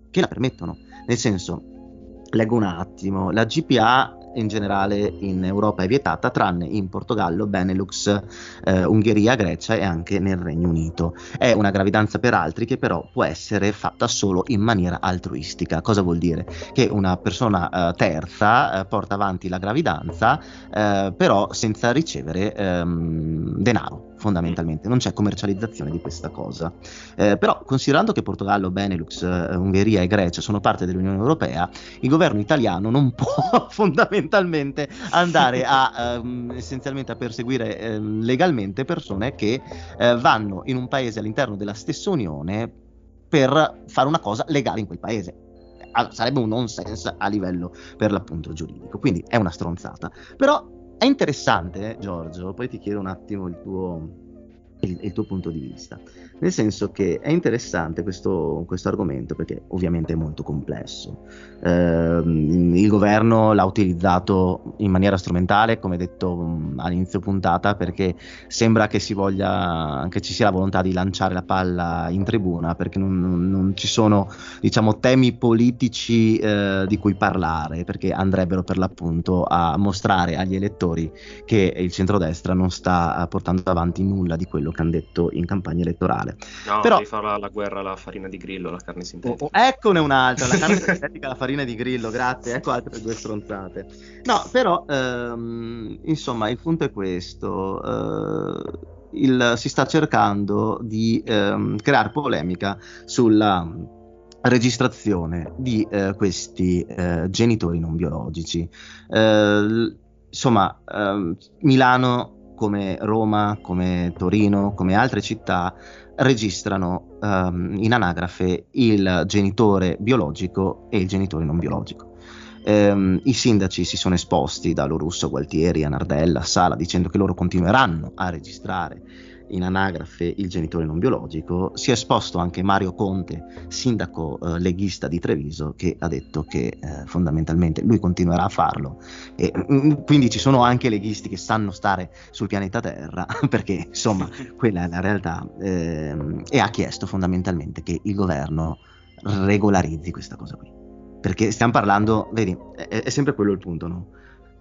nel senso, leggo un attimo, la GPA in generale in Europa è vietata tranne in Portogallo, Benelux, Ungheria, Grecia e anche nel Regno Unito. È una gravidanza per altri che però può essere fatta solo in maniera altruistica. Cosa vuol dire? Che una persona terza porta avanti la gravidanza però senza ricevere denaro. Fondamentalmente non c'è commercializzazione di questa cosa, però considerando che Portogallo, Benelux, Ungheria e Grecia sono parte dell'Unione Europea, il governo italiano non può fondamentalmente andare a essenzialmente a perseguire legalmente persone che vanno in un paese all'interno della stessa Unione per fare una cosa legale in quel paese. Sarebbe un nonsense a livello per l'appunto giuridico, quindi è una stronzata. Però è interessante, Giorgio, poi ti chiedo un attimo il tuo punto di vista, nel senso che è interessante questo argomento perché ovviamente è molto complesso. Il governo l'ha utilizzato in maniera strumentale, come detto all'inizio puntata, perché sembra che ci sia la volontà di lanciare la palla in tribuna, perché non ci sono, diciamo, temi politici di cui parlare, perché andrebbero per l'appunto a mostrare agli elettori che il centrodestra non sta portando avanti nulla di quello che hanno detto in campagna elettorale. No, però devi fare la guerra alla farina di grillo, alla carne sintetica. Eccone un'altra, la carne sintetica, la farina di grillo, grazie, ecco altre due stronzate. No, però insomma il punto è questo, si sta cercando di creare polemica sulla registrazione di questi genitori non biologici. insomma, Milano, come Roma, come Torino, come altre città, registrano in anagrafe il genitore biologico e il genitore non biologico. I sindaci si sono esposti, da Lorusso, Gualtieri, a Nardella, a Sala, dicendo che loro continueranno a registrare in anagrafe il genitore non biologico. Si è esposto anche Mario Conte, sindaco leghista di Treviso, che ha detto che fondamentalmente lui continuerà a farlo, e quindi ci sono anche leghisti che sanno stare sul pianeta Terra perché insomma quella è la realtà, e ha chiesto fondamentalmente che il governo regolarizzi questa cosa qui, perché stiamo parlando, vedi, è sempre quello il punto, no?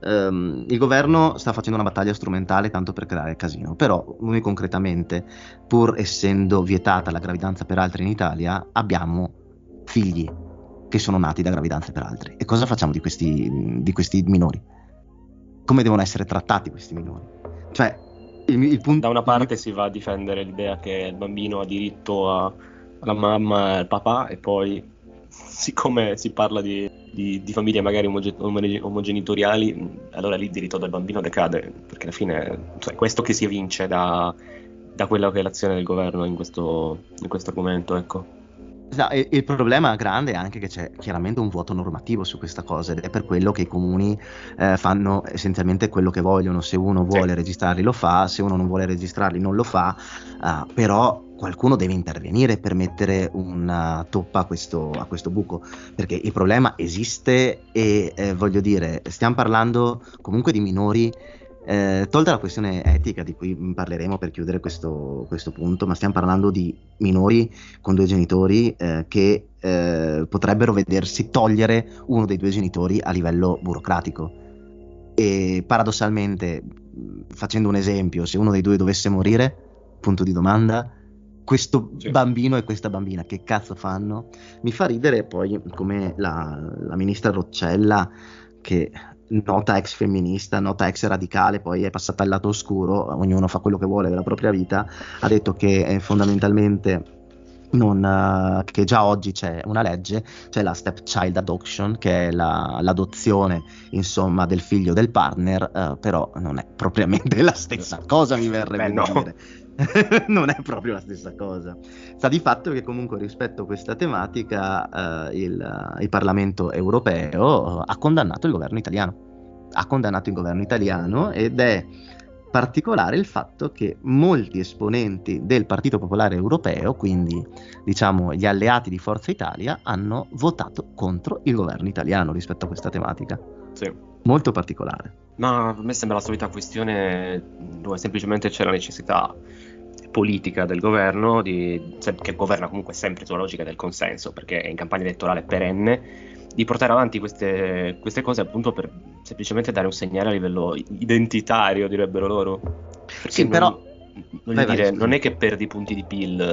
Il governo sta facendo una battaglia strumentale tanto per creare casino, però noi concretamente, pur essendo vietata la gravidanza per altri in Italia, abbiamo figli che sono nati da gravidanze per altri. E cosa facciamo di questi minori? Come devono essere trattati questi minori? Cioè, il punto... Da una parte si va a difendere l'idea che il bambino ha diritto alla mamma e al papà, e poi, siccome si parla di famiglie magari omogenitoriali, allora lì il diritto del bambino decade, perché alla fine è questo che si evince da quella che è l'azione del governo in questo argomento, ecco. Il problema grande è anche che c'è chiaramente un vuoto normativo su questa cosa, ed è per quello che i comuni fanno essenzialmente quello che vogliono. Se uno vuole registrarli lo fa, se uno non vuole registrarli non lo fa, però qualcuno deve intervenire per mettere una toppa a questo buco, perché il problema esiste e voglio dire, stiamo parlando comunque di minori. Tolta la questione etica, di cui parleremo per chiudere questo punto, ma stiamo parlando di minori con due genitori che potrebbero vedersi togliere uno dei due genitori a livello burocratico. E paradossalmente, facendo un esempio, se uno dei due dovesse morire, punto di domanda, questo bambino e questa bambina che cazzo fanno? Mi fa ridere poi come la ministra Roccella, che nota ex femminista, nota ex radicale, poi è passata al lato oscuro, ognuno fa quello che vuole della propria vita, ha detto che fondamentalmente che già oggi c'è una legge, c'è la stepchild adoption, che è l'adozione insomma del figlio del partner, però non è propriamente la stessa cosa, mi verrebbe da dire. Non è proprio la stessa cosa. Sta di fatto che comunque rispetto a questa tematica il Parlamento europeo ha condannato il governo italiano, ed è particolare il fatto che molti esponenti del Partito Popolare Europeo, quindi diciamo gli alleati di Forza Italia, hanno votato contro il governo italiano rispetto a questa tematica. Sì. Molto particolare. Ma a me sembra la solita questione dove semplicemente c'è la necessità politica del governo, che governa comunque sempre sulla logica del consenso, perché è in campagna elettorale perenne, di portare avanti queste cose appunto per semplicemente dare un segnale a livello identitario, direbbero loro. Perché sì, però non è che perdi punti di PIL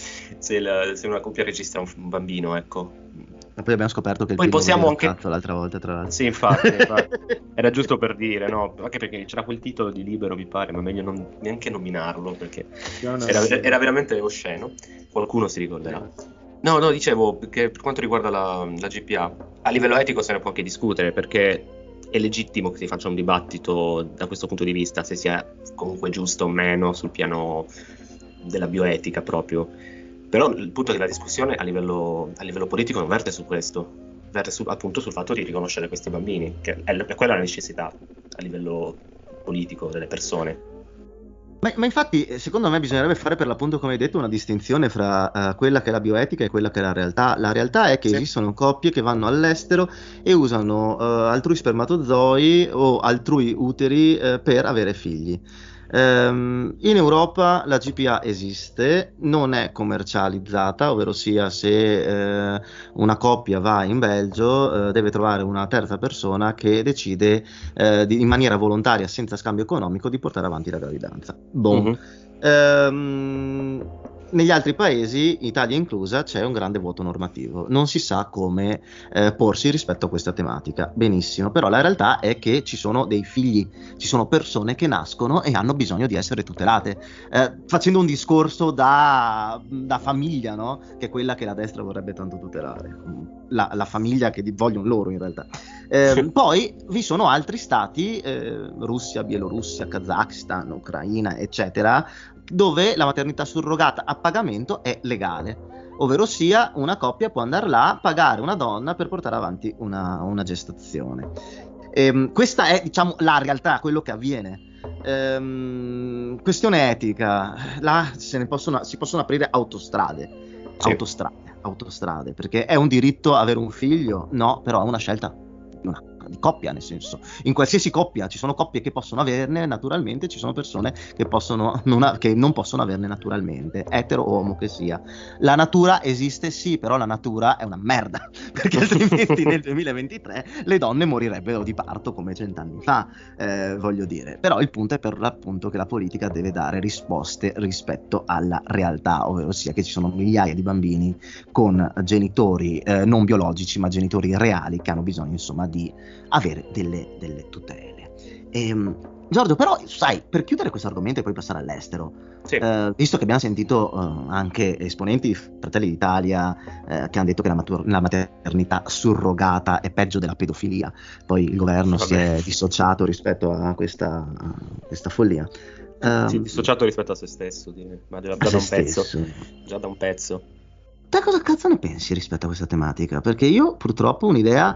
se una coppia registra un bambino, ecco. Ma poi abbiamo scoperto che il poi PIL possiamo anche cazzo l'altra volta, tra l'altro. Sì, infatti. Era giusto per dire, no? Anche perché c'era quel titolo di Libero, mi pare, ma meglio neanche nominarlo, perché era veramente osceno. Qualcuno si ricorderà. No, dicevo che per quanto riguarda la GPA, a livello etico se ne può anche discutere, perché è legittimo che si faccia un dibattito da questo punto di vista, se sia comunque giusto o meno sul piano della bioetica proprio. Però il punto della discussione a livello politico non verte su questo, verte appunto sul fatto di riconoscere questi bambini, che è quella la necessità a livello politico delle persone. Ma infatti, secondo me bisognerebbe fare, per l'appunto, come hai detto, una distinzione fra quella che è la bioetica e quella che è la realtà. La realtà è che esistono coppie che vanno all'estero e usano altrui spermatozoi o altrui uteri per avere figli. In Europa la GPA esiste, non è commercializzata, ovvero sia se una coppia va in Belgio deve trovare una terza persona che decide in maniera volontaria, senza scambio economico, di portare avanti la gravidanza. Boom. negli altri paesi, Italia inclusa, c'è un grande vuoto normativo. Non si sa come porsi rispetto a questa tematica. Benissimo, però la realtà è che ci sono dei figli, ci sono persone che nascono e hanno bisogno di essere tutelate. Facendo un discorso da famiglia, no? Che è quella che la destra vorrebbe tanto tutelare. La famiglia che vogliono loro in realtà. Poi vi sono altri stati, Russia, Bielorussia, Kazakistan, Ucraina, eccetera, dove la maternità surrogata a pagamento è legale, ovvero sia una coppia può andare là, pagare una donna per portare avanti una gestazione. Questa è, diciamo, la realtà, quello che avviene. Questione etica, là si possono aprire autostrade, Sì. autostrade, perché è un diritto avere un figlio? No, però è una scelta di coppia, nel senso, in qualsiasi coppia ci sono coppie che possono averne naturalmente, ci sono persone che non possono averne naturalmente, etero o homo che sia. La natura esiste sì, però la natura è una merda, perché altrimenti nel 2023 le donne morirebbero di parto come 100 anni fa, voglio dire. Però il punto è per l'appunto che la politica deve dare risposte rispetto alla realtà, ovvero sia che ci sono migliaia di bambini con genitori non biologici ma genitori reali che hanno bisogno insomma di avere delle tutele. Giorgio, però sai, per chiudere questo argomento e poi passare all'estero, Sì. visto che abbiamo sentito anche esponenti di Fratelli d'Italia che hanno detto che la maternità surrogata è peggio della pedofilia, poi il governo si è dissociato rispetto a questa follia. Sì, dissociato rispetto a se stesso, ma già da un pezzo. Già da un pezzo. Te cosa cazzo ne pensi rispetto a questa tematica? Perché io purtroppo un'idea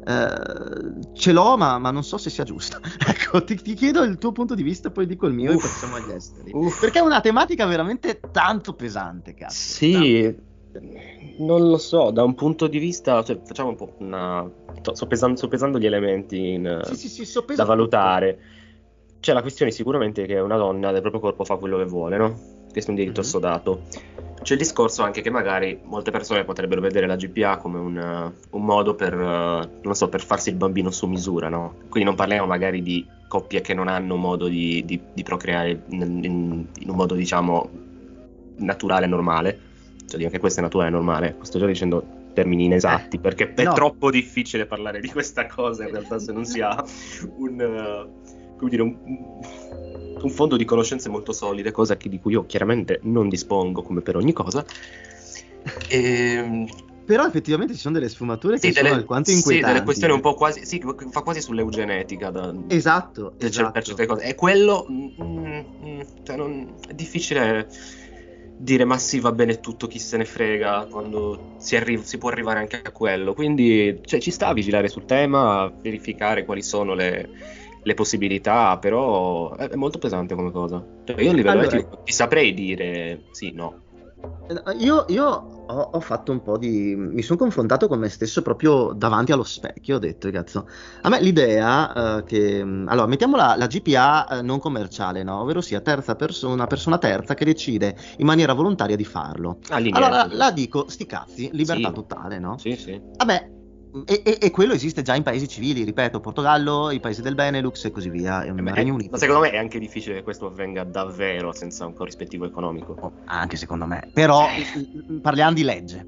ce l'ho, ma non so se sia giusta. Ecco, ti chiedo il tuo punto di vista, poi dico il mio e passiamo agli esteri. Perché è una tematica veramente tanto pesante, cazzo. Sì, non lo so, da un punto di vista, cioè, facciamo un po' sto pesando gli elementi da valutare. C'è la questione sicuramente che una donna del proprio corpo fa quello che vuole, no? Questo è un diritto assodato. C'è il discorso anche che magari molte persone potrebbero vedere la GPA come un modo per, non so, per farsi il bambino su misura, no? Quindi non parliamo magari di coppie che non hanno modo di procreare in un modo, diciamo, naturale, normale. Cioè, anche questo è naturale, normale. Sto già dicendo termini inesatti, perché è troppo difficile parlare di questa cosa in realtà se non si ha un fondo di conoscenze molto solide, cosa di cui io chiaramente non dispongo, come per ogni cosa. Però effettivamente ci sono delle sfumature che sono alquanto inquietanti. Sì, delle questioni un po' quasi, sì, fa quasi sull'eugenetica. Esatto. Per certe cose. E quello, cioè è difficile dire ma sì, va bene tutto, chi se ne frega, quando si può arrivare anche a quello. Quindi cioè, ci sta a vigilare sul tema, a verificare quali sono le possibilità, però è molto pesante come cosa. Cioè, io a livello etico ti saprei dire sì, no. Io ho fatto un po' mi sono confrontato con me stesso proprio davanti allo specchio, ho detto, cazzo, a me l'idea che, allora, mettiamo la GPA non commerciale, no? Ovvero sia una persona terza che decide in maniera volontaria di farlo. Allora la dico, sti cazzi, libertà totale, no? Sì, sì. Vabbè, e quello esiste già in paesi civili, ripeto, Portogallo, i paesi del Benelux e così via, Regno Unito. Ma secondo me è anche difficile che questo avvenga davvero senza un corrispettivo economico. Anche secondo me, però parliamo di legge.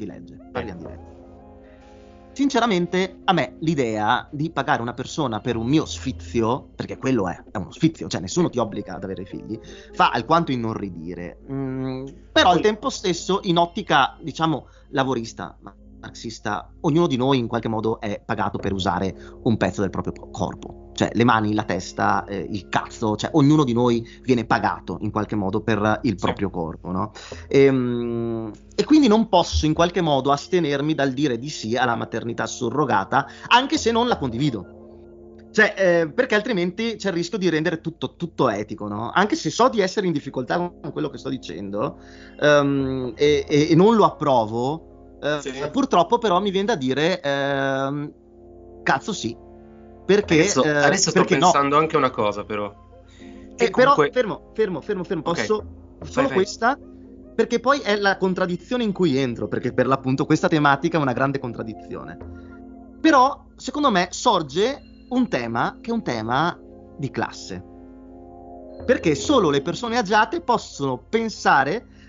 Sinceramente, a me l'idea di pagare una persona per un mio sfizio, perché quello è uno sfizio, cioè nessuno ti obbliga ad avere figli, fa alquanto inorridire. Però al tempo stesso, in ottica, diciamo, lavorista, marxista, ognuno di noi in qualche modo è pagato per usare un pezzo del proprio corpo, cioè le mani, la testa, il cazzo, cioè ognuno di noi viene pagato in qualche modo per il proprio corpo, no? E quindi non posso in qualche modo astenermi dal dire di sì alla maternità surrogata, anche se non la condivido. Cioè, perché altrimenti c'è il rischio di rendere tutto etico, no? Anche se so di essere in difficoltà con quello che sto dicendo e non lo approvo, purtroppo però mi viene da dire cazzo sì, perché adesso sto pensando anche una cosa però comunque... però fermo posso solo questa, perché poi è la contraddizione in cui entro, perché per l'appunto questa tematica è una grande contraddizione, però secondo me sorge un tema che è un tema di classe, perché solo le persone agiate possono pensare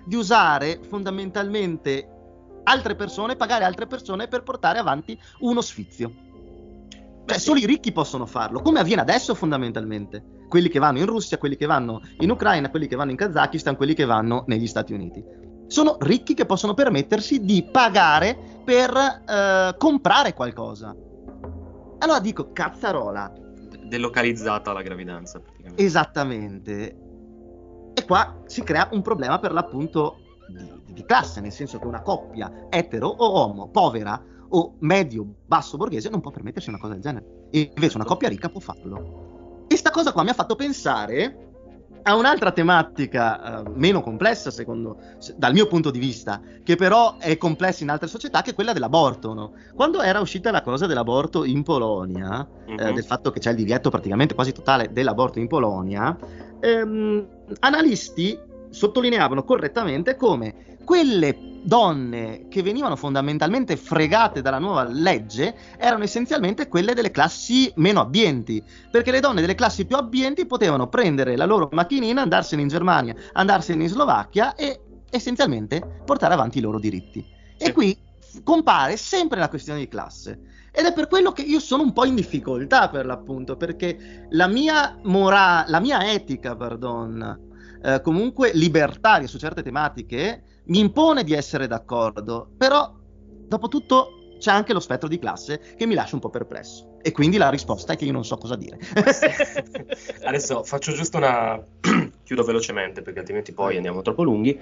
di usare fondamentalmente altre persone, pagare altre persone per portare avanti uno sfizio. Cioè, solo i ricchi possono farlo, come avviene adesso fondamentalmente. Quelli che vanno in Russia, quelli che vanno in Ucraina, quelli che vanno in Kazakistan, quelli che vanno negli Stati Uniti. Sono ricchi che possono permettersi di pagare per comprare qualcosa. Allora dico, cazzarola. Delocalizzata la gravidanza, praticamente. Esattamente. E qua si crea un problema per l'appunto di classe, nel senso che una coppia etero o homo, povera o medio-basso borghese non può permettersi una cosa del genere. E invece una coppia ricca può farlo. E sta cosa qua mi ha fatto pensare a un'altra tematica meno complessa, dal mio punto di vista, che però è complessa in altre società, che è quella dell'aborto, no? Quando era uscita la cosa dell'aborto in Polonia, del fatto che c'è il divieto praticamente quasi totale dell'aborto in Polonia, analisti sottolineavano correttamente come quelle donne che venivano fondamentalmente fregate dalla nuova legge erano essenzialmente quelle delle classi meno abbienti, perché le donne delle classi più abbienti potevano prendere la loro macchinina, andarsene in Germania, andarsene in Slovacchia e essenzialmente portare avanti i loro diritti. Sì. E qui compare sempre la questione di classe. Ed è per quello che io sono un po' in difficoltà, per l'appunto, perché la mia etica, comunque libertaria su certe tematiche, mi impone di essere d'accordo, però dopo tutto c'è anche lo spettro di classe che mi lascia un po' perplesso, e quindi la risposta è che io non so cosa dire. Adesso faccio giusto chiudo velocemente perché altrimenti poi andiamo troppo lunghi.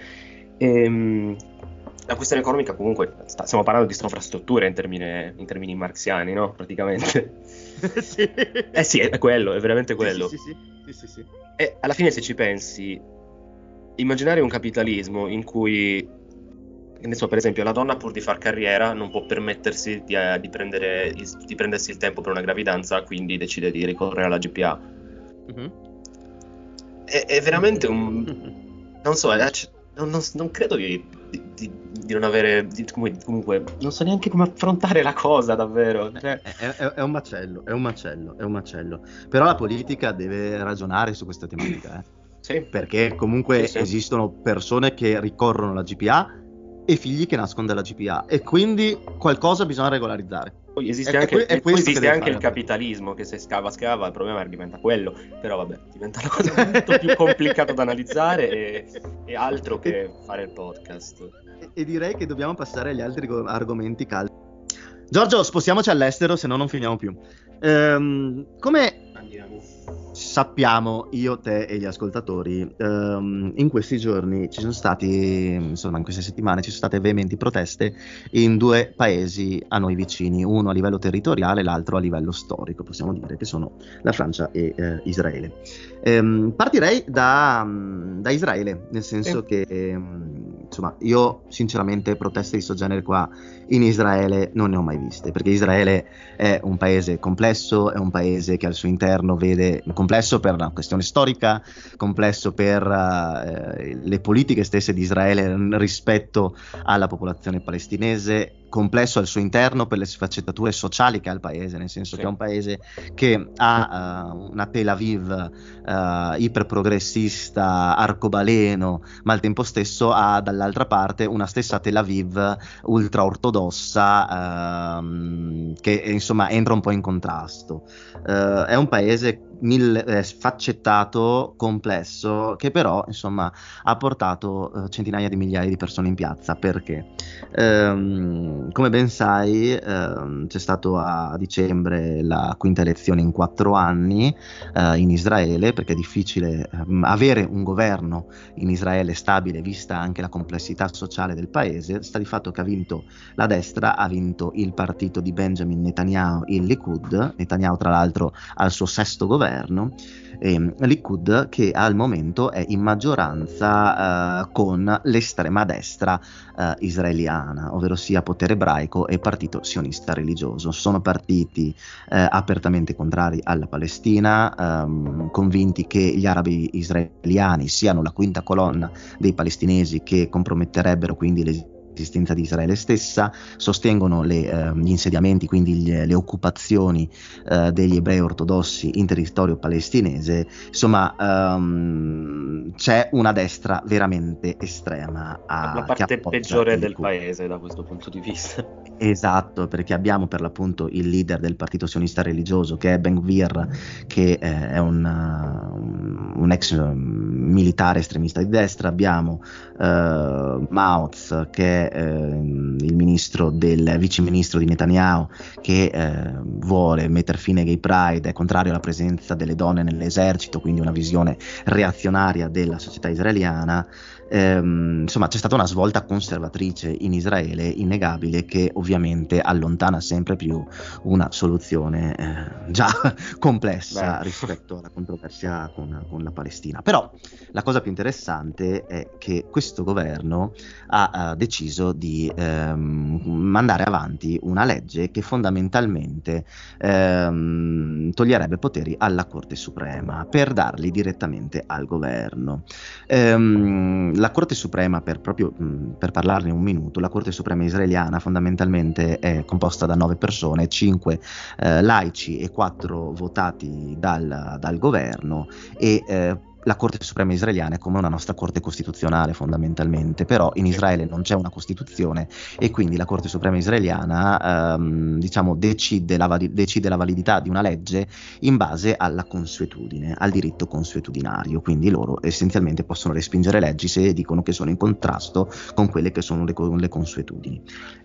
La questione economica, comunque, stiamo parlando di sovrastrutture in termini marxiani, no? Praticamente. Sì. Sì, è quello, è veramente quello. Sì. E alla fine, se ci pensi, immaginare un capitalismo in cui, ne so, per esempio, la donna, pur di far carriera, non può permettersi di prendersi il tempo per una gravidanza, quindi decide di ricorrere alla GPA. Mm-hmm. È veramente non so, non credo di non avere, comunque non so neanche come affrontare la cosa, davvero. Cioè... È un macello. Però la politica deve ragionare su questa tematica, Sì. Perché comunque esistono persone che ricorrono alla GPA e figli che nascono dalla GPA, e quindi qualcosa bisogna regolarizzare. Poi esiste anche il capitalismo, che se scava, il problema diventa quello, però vabbè, diventa una cosa molto più complicata da analizzare e altro che fare il podcast. E direi che dobbiamo passare agli altri argomenti caldi. Giorgio, spostiamoci all'estero, se no non finiamo più. Come sappiamo, io, te e gli ascoltatori, in questi giorni ci sono stati, insomma in queste settimane ci sono state veementi proteste in due paesi a noi vicini, uno a livello territoriale, l'altro a livello storico, possiamo dire, che sono la Francia e Israele. Partirei da Israele, nel senso che insomma io sinceramente proteste di questo genere qua in Israele non ne ho mai viste, perché Israele è un paese complesso, è un paese che al suo interno vede, complesso per una questione storica, complesso per le politiche stesse di Israele rispetto alla popolazione palestinese, complesso al suo interno per le sfaccettature sociali che ha il paese, nel senso che è un paese che ha una Tel Aviv iperprogressista, arcobaleno, ma al tempo stesso ha dall'altra parte una stessa Tel Aviv ultra ortodossa che insomma entra un po' in contrasto. È un paese sfaccettato, complesso, che però insomma ha portato centinaia di migliaia di persone in piazza. Perché come ben sai c'è stato a dicembre la quinta elezione in 4 anni in Israele, perché è difficile avere un governo in Israele stabile vista anche la complessità sociale del paese. Sta di fatto che ha vinto la destra, ha vinto il partito di Benjamin Netanyahu, il Likud. Netanyahu tra l'altro ha il suo 6º governo, Likud, che al momento è in maggioranza con l'estrema destra israeliana, ovvero sia potere ebraico e partito sionista religioso. Sono partiti apertamente contrari alla Palestina, convinti che gli arabi israeliani siano la quinta colonna dei palestinesi, che comprometterebbero quindi l'esistenza di Israele stessa, sostengono gli insediamenti, quindi le occupazioni degli ebrei ortodossi in territorio palestinese. Insomma, c'è una destra veramente estrema La che parte appoggia peggiore il del Likud. paese da questo punto di vista. Esatto, perché abbiamo per l'appunto il leader del partito sionista religioso, che è Ben Gvir, che è un ex militare estremista di destra. Abbiamo Maoz, che è il vice ministro di Netanyahu, che vuole mettere fine ai gay pride, è contrario alla presenza delle donne nell'esercito, quindi una visione reazionaria della società israeliana. Insomma, c'è stata una svolta conservatrice in Israele innegabile, che ovviamente allontana sempre più una soluzione già complessa rispetto alla controversia con la Palestina. Però la cosa più interessante è che questo governo ha deciso di mandare avanti una legge che fondamentalmente toglierebbe poteri alla Corte Suprema per darli direttamente al governo. La Corte Suprema, per parlarne un minuto, la Corte Suprema israeliana fondamentalmente è composta da 9 persone, 5 laici e 4 votati dal governo, e la Corte Suprema israeliana è come una nostra Corte Costituzionale fondamentalmente, però in Israele non c'è una Costituzione, e quindi la Corte Suprema israeliana decide la validità di una legge in base alla consuetudine, al diritto consuetudinario. Quindi loro essenzialmente possono respingere leggi se dicono che sono in contrasto con quelle che sono le consuetudini.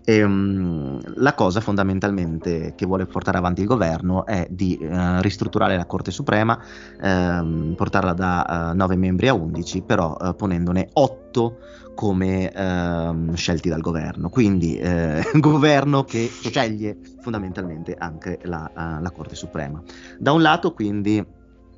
La cosa fondamentalmente che vuole portare avanti il governo è di ristrutturare la Corte Suprema, portarla da 9 membri a 11, però ponendone 8 come scelti dal governo, quindi governo che sceglie fondamentalmente anche la Corte Suprema. Da un lato quindi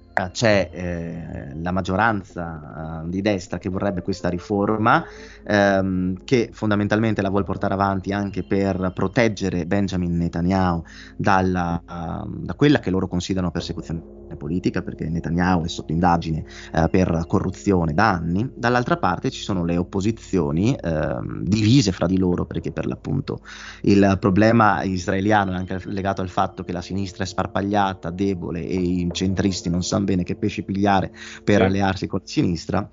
c'è la maggioranza di destra che vorrebbe questa riforma, che fondamentalmente la vuole portare avanti anche per proteggere Benjamin Netanyahu da quella che loro considerano persecuzione politica, perché Netanyahu è sotto indagine per corruzione da anni. Dall'altra parte ci sono le opposizioni divise fra di loro, perché per l'appunto il problema israeliano è anche legato al fatto che la sinistra è sparpagliata, debole, e i centristi non sanno bene che pesci pigliare per allearsi con la sinistra,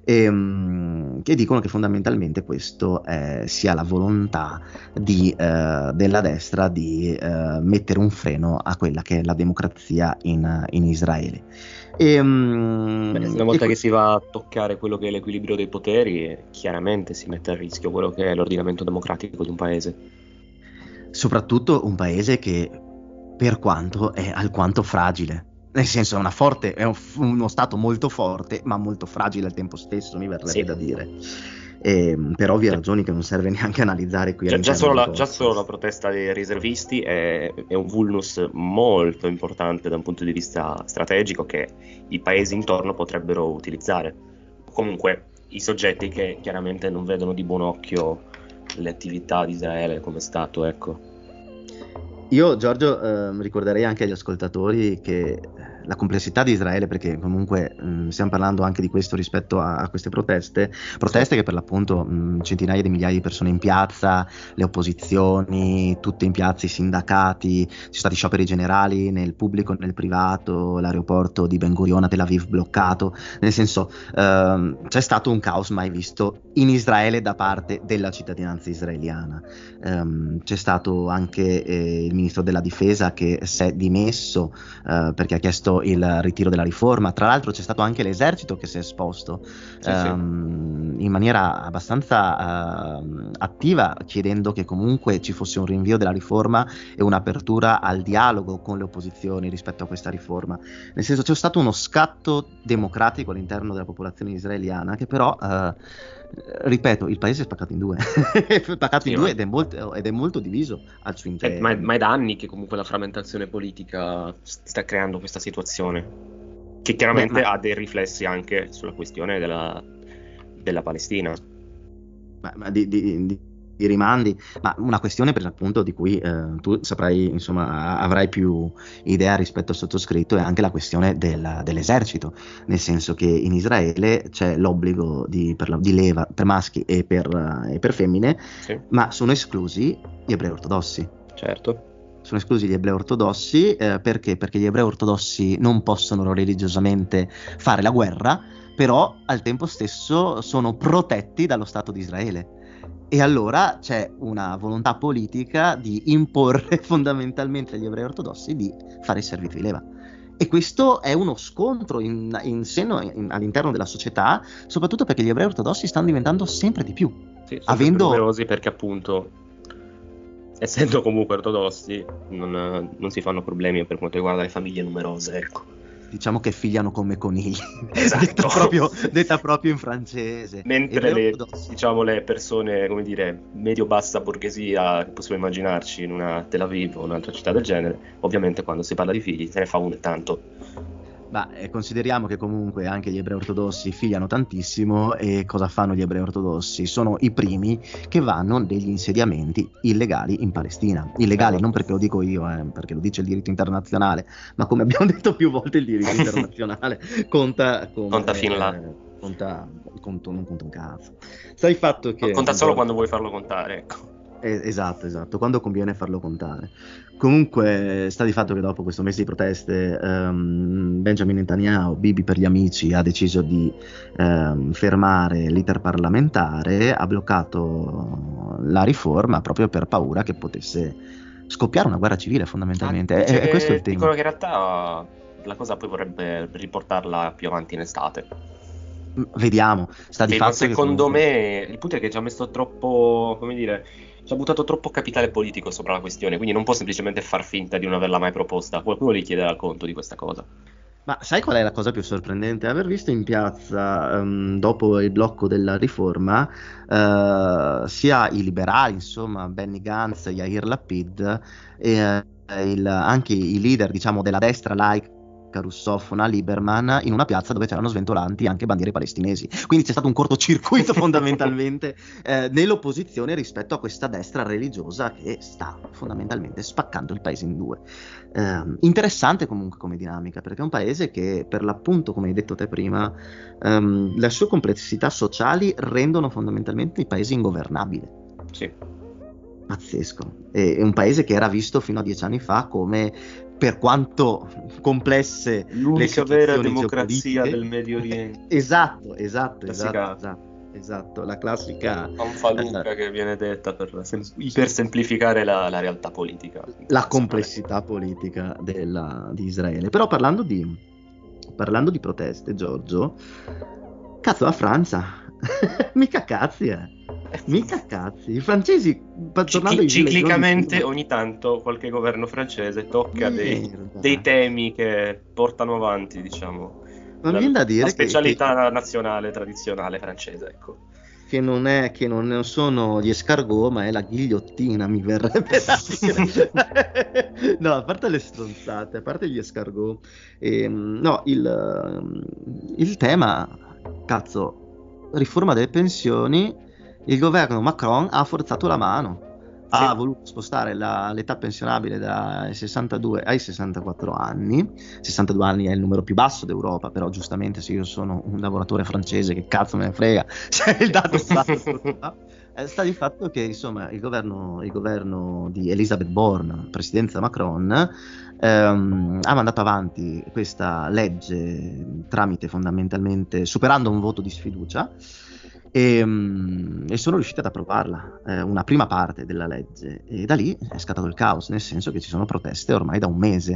che dicono che fondamentalmente questo sia la volontà della destra di mettere un freno a quella che è la democrazia in Israele. Una volta che si va a toccare quello che è l'equilibrio dei poteri, chiaramente si mette a rischio quello che è l'ordinamento democratico di un paese. Soprattutto un paese che, per quanto è alquanto fragile, nel senso è uno stato molto forte, ma molto fragile al tempo stesso, mi verrebbe da dire. Per ovvie ragioni che non serve neanche analizzare qui. Già solo la protesta dei riservisti è un vulnus molto importante da un punto di vista strategico, che i paesi intorno potrebbero utilizzare. Comunque i soggetti che chiaramente non vedono di buon occhio le attività di Israele come Stato, ecco. Io, Giorgio, ricorderei anche agli ascoltatori che la complessità di Israele, perché comunque stiamo parlando anche di questo rispetto a queste proteste che per l'appunto centinaia di migliaia di persone in piazza, le opposizioni tutte in piazza, i sindacati, ci sono stati scioperi generali nel pubblico e nel privato, l'aeroporto di Ben Gurion a Tel Aviv bloccato, nel senso c'è stato un caos mai visto in Israele da parte della cittadinanza israeliana. C'è stato anche il ministro della difesa che si è dimesso perché ha chiesto il ritiro della riforma. Tra l'altro c'è stato anche l'esercito che si è esposto in maniera abbastanza attiva, chiedendo che comunque ci fosse un rinvio della riforma e un'apertura al dialogo con le opposizioni rispetto a questa riforma. Nel senso, c'è stato uno scatto democratico all'interno della popolazione israeliana, che però ripeto, il paese è spaccato in due ed è molto diviso al suo interno. Ma è da anni che comunque la frammentazione politica sta creando questa situazione, che chiaramente ha dei riflessi anche sulla questione della Palestina. Ma di i rimandi, ma una questione per l'appunto di cui tu saprai, insomma, avrai più idea rispetto al sottoscritto, è anche la questione dell'esercito, nel senso che in Israele c'è l'obbligo di leva per maschi e per femmine, Sì, ma sono esclusi gli ebrei ortodossi. certo. Sono esclusi gli ebrei ortodossi, perché? Perché gli ebrei ortodossi non possono religiosamente fare la guerra, però al tempo stesso sono protetti dallo Stato di Israele. E allora c'è una volontà politica di imporre fondamentalmente agli ebrei ortodossi di fare il servizio di leva. E questo è uno scontro all'interno della società, soprattutto perché gli ebrei ortodossi stanno diventando sempre di più, Sì, sono sempre avendo numerosi perché appunto, essendo comunque ortodossi, non si fanno problemi per quanto riguarda le famiglie numerose, ecco. diciamo che figliano come conigli, Esatto. detta proprio in francese. Mentre Ebrei le, ortodossi. diciamo, le persone, come dire, medio-bassa borghesia, che possiamo immaginarci in una Tel Aviv o un'altra città del genere, ovviamente quando si parla di figli se ne fa uno e tanto. Ma consideriamo che comunque anche gli ebrei ortodossi figliano tantissimo, e cosa fanno gli ebrei ortodossi? Sono i primi che vanno negli insediamenti illegali in Palestina. Illegali non Esatto. perché lo dico io, perché lo dice il diritto internazionale, ma come abbiamo detto più volte il diritto internazionale conta come... Conta fin là. Non conta un cazzo. Sta il fatto che... Conta solo quando vuoi farlo contare, ecco. Esatto, quando conviene farlo contare. Comunque sta di fatto che dopo questo mese di proteste, Benjamin Netanyahu, Bibi per gli amici, ha deciso di fermare l'iter parlamentare, ha bloccato la riforma proprio per paura che potesse scoppiare una guerra civile, fondamentalmente. È questo il tema. Dicono che in realtà la cosa poi vorrebbe riportarla più avanti in estate. Vediamo, sta di Sì, ma fatto che secondo comunque... me il punto è che ci ha messo troppo, come dire, ci ha buttato troppo capitale politico sopra la questione, quindi non può semplicemente far finta di non averla mai proposta. Qualcuno gli chiederà conto di questa cosa. Ma sai qual è la cosa più sorprendente? Aver visto in piazza, dopo il blocco della riforma, sia i liberali, insomma, Benny Gantz, Yair Lapid, e anche i leader, diciamo, della destra laica russofona, Lieberman, in una piazza dove c'erano sventolanti anche bandiere palestinesi. Quindi c'è stato un cortocircuito fondamentalmente nell'opposizione rispetto a questa destra religiosa che sta fondamentalmente spaccando il paese in due. Interessante comunque come dinamica, perché è un paese che, per l'appunto, come hai detto te prima, le sue complessità sociali rendono fondamentalmente il paese ingovernabile. Sì. Pazzesco. È un paese che era visto fino a 10 anni fa come, per quanto complesse le L'unica vera situazioni democrazia geopolitiche, del Medio Oriente. esatto, Classica la classica fanfaluca che viene detta per semplificare la realtà politica la internazionale. complessità politica di Israele. Però parlando di proteste, Giorgio, cazzo, la Francia, mica cazzi, mica cazzi. I francesi, tornando ai Ciclicamente ogni tanto qualche governo francese tocca dei temi che portano avanti, diciamo, ma mi viene da dire la specialità nazionale tradizionale francese, ecco. Che non sono gli escargot, ma è la ghigliottina, mi verrebbe da dire. No, a parte le stronzate, a parte gli escargot, no, il tema, cazzo, riforma delle pensioni, il governo Macron ha forzato la mano. Ha voluto spostare l'età pensionabile dai 62 ai 64 anni. 62 anni è il numero più basso d'Europa, però giustamente se io sono un lavoratore francese, che cazzo me ne frega se il dato sta di fatto che, insomma, il governo di Elisabeth Borne, presidenza Macron, ha mandato avanti questa legge tramite, fondamentalmente, superando un voto di sfiducia, e sono riusciti ad approvarla, una prima parte della legge, e da lì è scattato il caos, nel senso che ci sono proteste ormai da un mese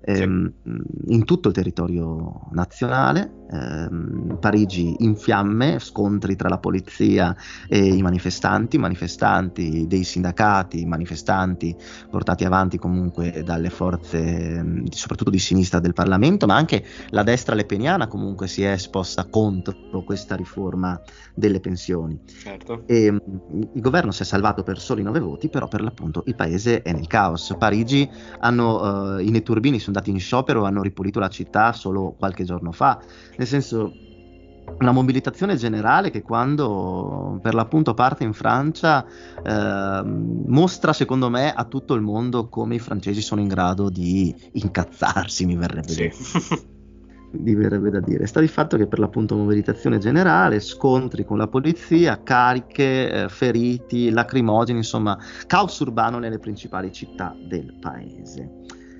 in tutto il territorio nazionale. Parigi in fiamme, scontri tra la polizia e i manifestanti dei sindacati, manifestanti portati avanti comunque dalle forze soprattutto di sinistra del Parlamento, ma anche la destra lepeniana comunque si è esposta contro questa riforma delle pensioni. Certo. E il governo si è salvato per soli 9 voti, però per l'appunto il paese è nel caos. Parigi i netturbini sono andati in sciopero, hanno ripulito la città solo qualche giorno fa, nel senso, una mobilitazione generale che quando per l'appunto parte in Francia mostra secondo me a tutto il mondo come i francesi sono in grado di incazzarsi, mi verrebbe Sì. da dire. Sta di fatto che per l'appunto mobilitazione generale, scontri con la polizia, cariche, feriti, lacrimogeni, insomma caos urbano nelle principali città del paese.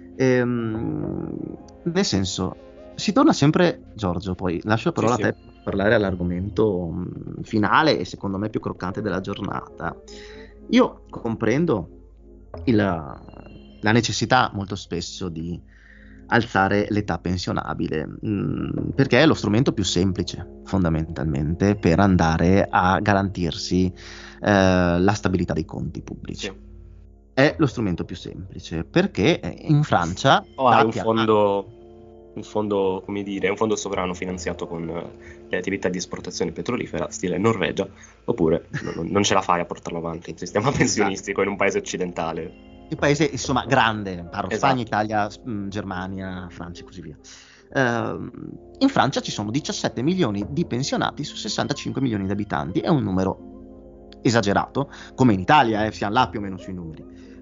Nel senso, si torna sempre, Giorgio, poi lascio la parola Sì, a te per parlare all'argomento finale e secondo me più croccante della giornata. Io comprendo la necessità molto spesso di alzare l'età pensionabile, perché è lo strumento più semplice, fondamentalmente, per andare a garantirsi la stabilità dei conti pubblici. sì. È lo strumento più semplice, perché in Francia O hai dati un fondo, come dire, un fondo sovrano finanziato con le attività di esportazione petrolifera, stile Norvegia, oppure non ce la fai a portarlo avanti il sistema pensionistico in un paese occidentale. il paese, insomma, grande, parlo Spagna, Esatto. Italia, Germania, Francia e così via. In Francia ci sono 17 milioni di pensionati su 65 milioni di abitanti, è un numero esagerato, come in Italia, siamo là più o meno sui numeri.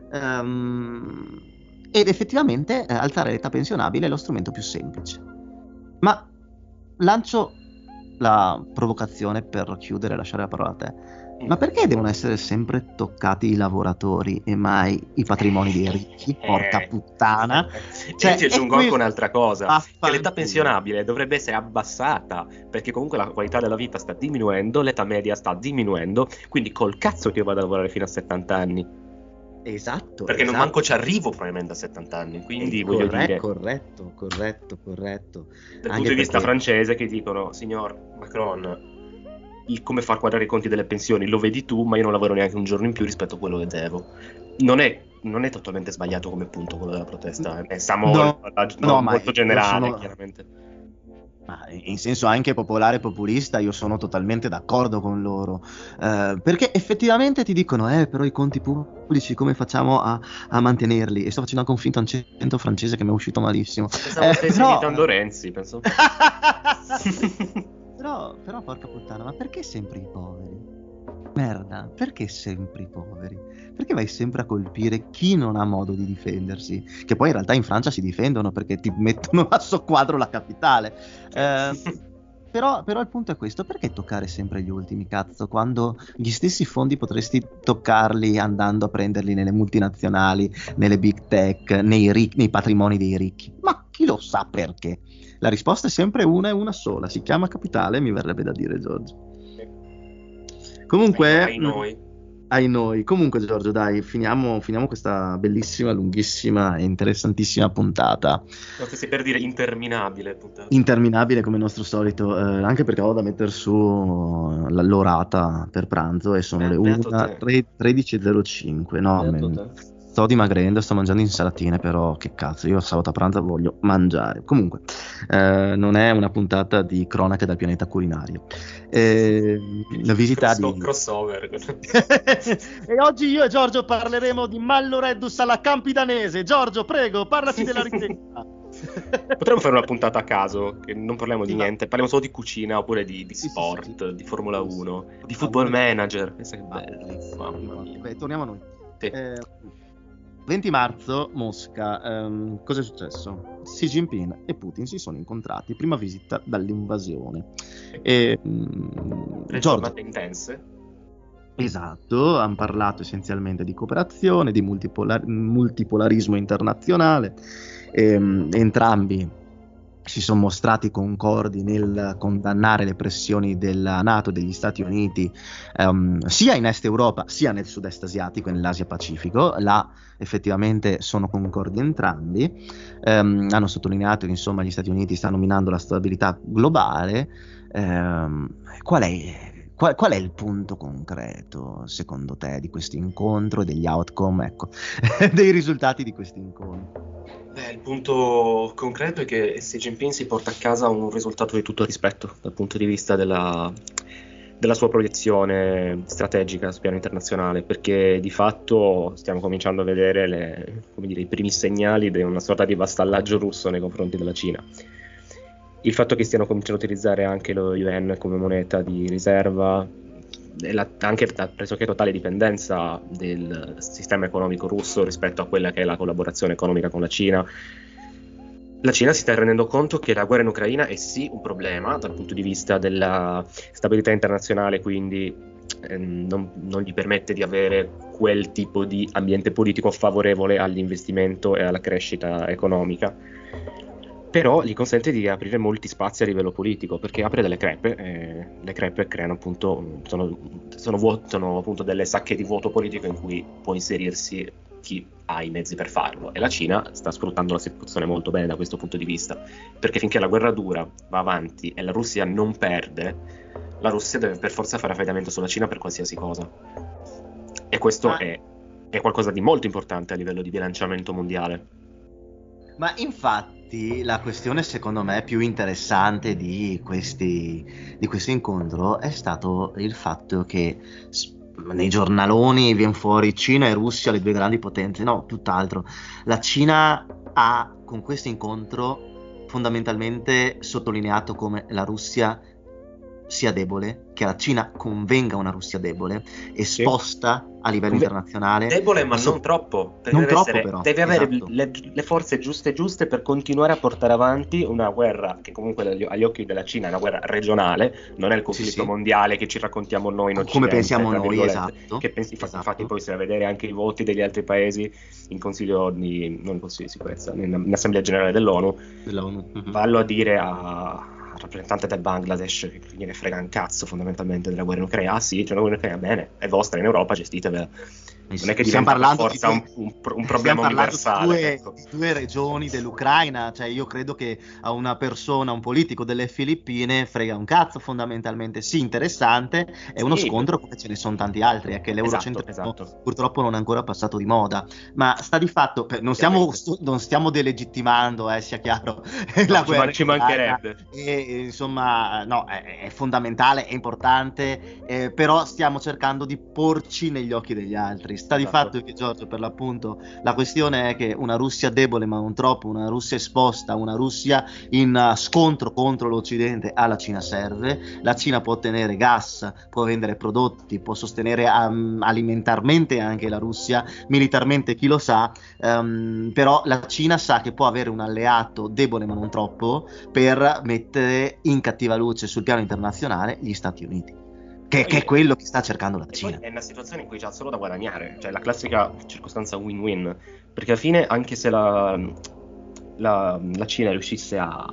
Ed effettivamente alzare l'età pensionabile è lo strumento più semplice. Ma lancio la provocazione per chiudere e lasciare la parola a te. Ma perché devono essere sempre toccati i lavoratori e mai i patrimoni dei ricchi? Porca puttana. Cioè, io ti aggiungo anche questo un'altra cosa, che l'età vaffanculo. pensionabile dovrebbe essere abbassata, perché comunque la qualità della vita sta diminuendo, l'età media sta diminuendo, quindi col cazzo che io vado a lavorare fino a 70 anni. Esatto, Perché non esatto. manco ci arrivo probabilmente a 70 anni, quindi voglio dire, Corretto. dal Anche punto di vista perché francese che dicono, signor Macron, come far quadrare i conti delle pensioni lo vedi tu, ma io non lavoro neanche un giorno in più rispetto a quello che devo. Non è totalmente sbagliato come punto quello della protesta, sta no, ma molto io generale, sono chiaramente. ma in senso anche popolare e populista, io sono totalmente d'accordo con loro, perché effettivamente ti dicono, però i conti pubblici come facciamo a mantenerli? E sto facendo anche un finto accento francese che mi è uscito malissimo. Pensavo stessi Però, imitando Renzi, penso. però, porca puttana, ma perché sempre i poveri? Merda, perché sempre i poveri? Perché vai sempre a colpire chi non ha modo di difendersi? Che poi in realtà in Francia si difendono perché ti mettono a soqquadro la capitale. Però il punto è questo: perché toccare sempre gli ultimi, cazzo, quando gli stessi fondi potresti toccarli andando a prenderli nelle multinazionali, nelle big tech, nei patrimoni dei ricchi? Ma chi lo sa perché? La risposta è sempre una e una sola, si chiama capitale, mi verrebbe da dire, Giorgio. Comunque, ai noi. Comunque, Giorgio, dai, finiamo questa bellissima, lunghissima e interessantissima puntata. Lo stessi per dire interminabile puntata. Interminabile come il nostro solito, anche perché ho da mettere su l'orata per pranzo e sono le 13:05. No, sto dimagrendo, sto mangiando insalatine, però che cazzo, io sabato a pranzo voglio mangiare. Comunque, non è una puntata di cronache dal pianeta culinario. La visita di crossover. E oggi io e Giorgio parleremo di Malloreddus alla Campidanese. Giorgio, prego, parlaci della ricetta. Potremmo fare una puntata a caso, che non parliamo di niente, parliamo solo di cucina oppure di sport, di Formula 1, di Football Manager. Pensa che bello. Mamma mia. Beh, torniamo a noi. Sì. 20 marzo, Mosca. Cosa è successo? Xi Jinping e Putin si sono incontrati, prima visita dall'invasione. Giornate intense. Esatto, hanno parlato essenzialmente di cooperazione, di multipolarismo internazionale. Entrambi si sono mostrati concordi nel condannare le pressioni della NATO e degli Stati Uniti, sia in Est Europa sia nel Sud-Est asiatico e nell'Asia Pacifico. Là effettivamente sono concordi entrambi. Hanno sottolineato che insomma gli Stati Uniti stanno minando la stabilità globale. Qual è il punto concreto, secondo te, di questo incontro e degli outcome, ecco, dei risultati di questo incontro? Il punto concreto è che Xi Jinping si porta a casa un risultato di tutto rispetto dal punto di vista della sua proiezione strategica sul piano internazionale, perché di fatto stiamo cominciando a vedere i primi segnali di una sorta di vastallaggio russo nei confronti della Cina. il fatto che stiano cominciando a utilizzare anche lo yuan come moneta di riserva, e anche la pressoché totale dipendenza del sistema economico russo rispetto a quella che è la collaborazione economica con la Cina. La Cina si sta rendendo conto che la guerra in Ucraina è sì un problema dal punto di vista della stabilità internazionale, quindi non gli permette di avere quel tipo di ambiente politico favorevole all'investimento e alla crescita economica, però gli consente di aprire molti spazi a livello politico, perché apre delle crepe, e le crepe creano appunto, sono appunto delle sacche di vuoto politico in cui può inserirsi chi ha i mezzi per farlo, e la Cina sta sfruttando la situazione molto bene da questo punto di vista, perché finché la guerra dura, va avanti e la Russia non perde, la Russia deve per forza fare affidamento sulla Cina per qualsiasi cosa, e questo è qualcosa di molto importante a livello di bilanciamento mondiale. Ma infatti la questione secondo me più interessante di questo incontro è stato il fatto che nei giornaloni viene fuori Cina e Russia, le due grandi potenze, no, tutt'altro. La Cina ha con questo incontro fondamentalmente sottolineato come la Russia sia debole, che la Cina convenga una Russia debole, esposta a livello internazionale. Debole, ma non troppo. Non troppo, però. Deve avere Esatto. le forze giuste per continuare a portare avanti una guerra che comunque agli occhi della Cina è una guerra regionale, non è il conflitto mondiale che ci raccontiamo noi in Occidente. Come pensiamo noi, esatto. Infatti poi se a vedere anche i voti degli altri paesi in Consiglio non in Consiglio di sicurezza, in Assemblea Generale dell'ONU. Vallo a dire al rappresentante del Bangladesh che gliene frega un cazzo fondamentalmente della guerra in Ucraina. Ah sì, c'è una guerra in Ucraina, bene, è vostra in Europa, gestitevela. Non è che diventa per forza un problema universale. Di due regioni dell'Ucraina, cioè io credo che a una persona, un politico delle Filippine frega un cazzo fondamentalmente. Sì, interessante, è uno scontro come ce ne sono tanti altri, è che l'eurocentrismo purtroppo non è ancora passato di moda, ma sta di fatto, non stiamo delegittimando, sia chiaro, la guerra ci mancherebbe. E insomma, no, è fondamentale, è importante, però stiamo cercando di porci negli occhi degli altri. Sta di fatto che, Giorgio, per l'appunto, la questione è che una Russia debole ma non troppo, una Russia esposta, una Russia in scontro contro l'Occidente alla Cina serve. La Cina può ottenere gas, può vendere prodotti, può sostenere alimentarmente anche la Russia, militarmente chi lo sa, però la Cina sa che può avere un alleato debole ma non troppo per mettere in cattiva luce sul piano internazionale gli Stati Uniti. Che è quello che sta cercando la Cina. È una situazione in cui c'ha solo da guadagnare, cioè la classica circostanza win-win, perché alla fine anche se la Cina riuscisse a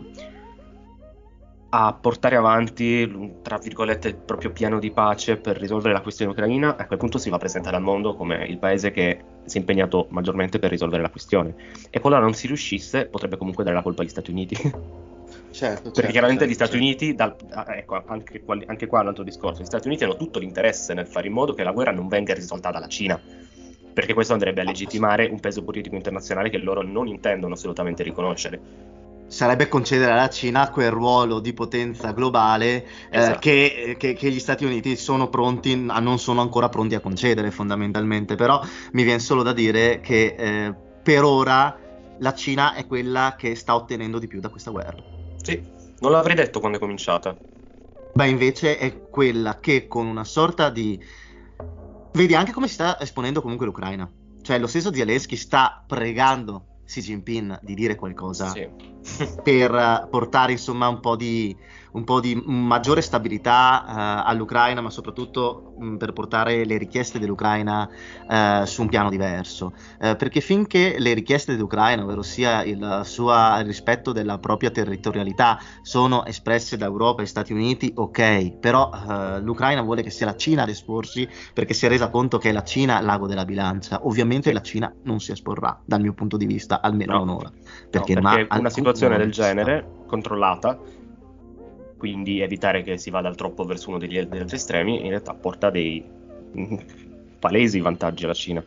portare avanti, tra virgolette, il proprio piano di pace per risolvere la questione ucraina, a quel punto si va a presentare al mondo come il paese che si è impegnato maggiormente per risolvere la questione, e qualora non si riuscisse potrebbe comunque dare la colpa agli Stati Uniti. Perché chiaramente gli Stati Uniti, ecco, anche qua un altro discorso, gli Stati Uniti hanno tutto l'interesse nel fare in modo che la guerra non venga risolta dalla Cina, perché questo andrebbe a legittimare un peso politico internazionale che loro non intendono assolutamente riconoscere. Sarebbe concedere alla Cina quel ruolo di potenza globale che gli Stati Uniti non sono ancora pronti a concedere fondamentalmente. Però mi viene solo da dire che per ora la Cina è quella che sta ottenendo di più da questa guerra. Sì, non l'avrei detto quando è cominciata. Beh, invece è quella che con una sorta di... Vedi anche come si sta esponendo comunque l'Ucraina. Cioè lo stesso Zelensky sta pregando Xi Jinping di dire qualcosa per portare insomma un po' di maggiore stabilità all'Ucraina, ma soprattutto per portare le richieste dell'Ucraina su un piano diverso, perché finché le richieste dell'Ucraina, ovvero sia il rispetto della propria territorialità, sono espresse da Europa e Stati Uniti, ok, però l'Ucraina vuole che sia la Cina ad esporsi, perché si è resa conto che è la Cina l'ago della bilancia. Ovviamente la Cina non si esporrà, dal mio punto di vista, almeno non ora, perché una situazione del genere controllata, quindi evitare che si vada al troppo verso uno degli altri estremi, in realtà porta dei palesi vantaggi alla Cina.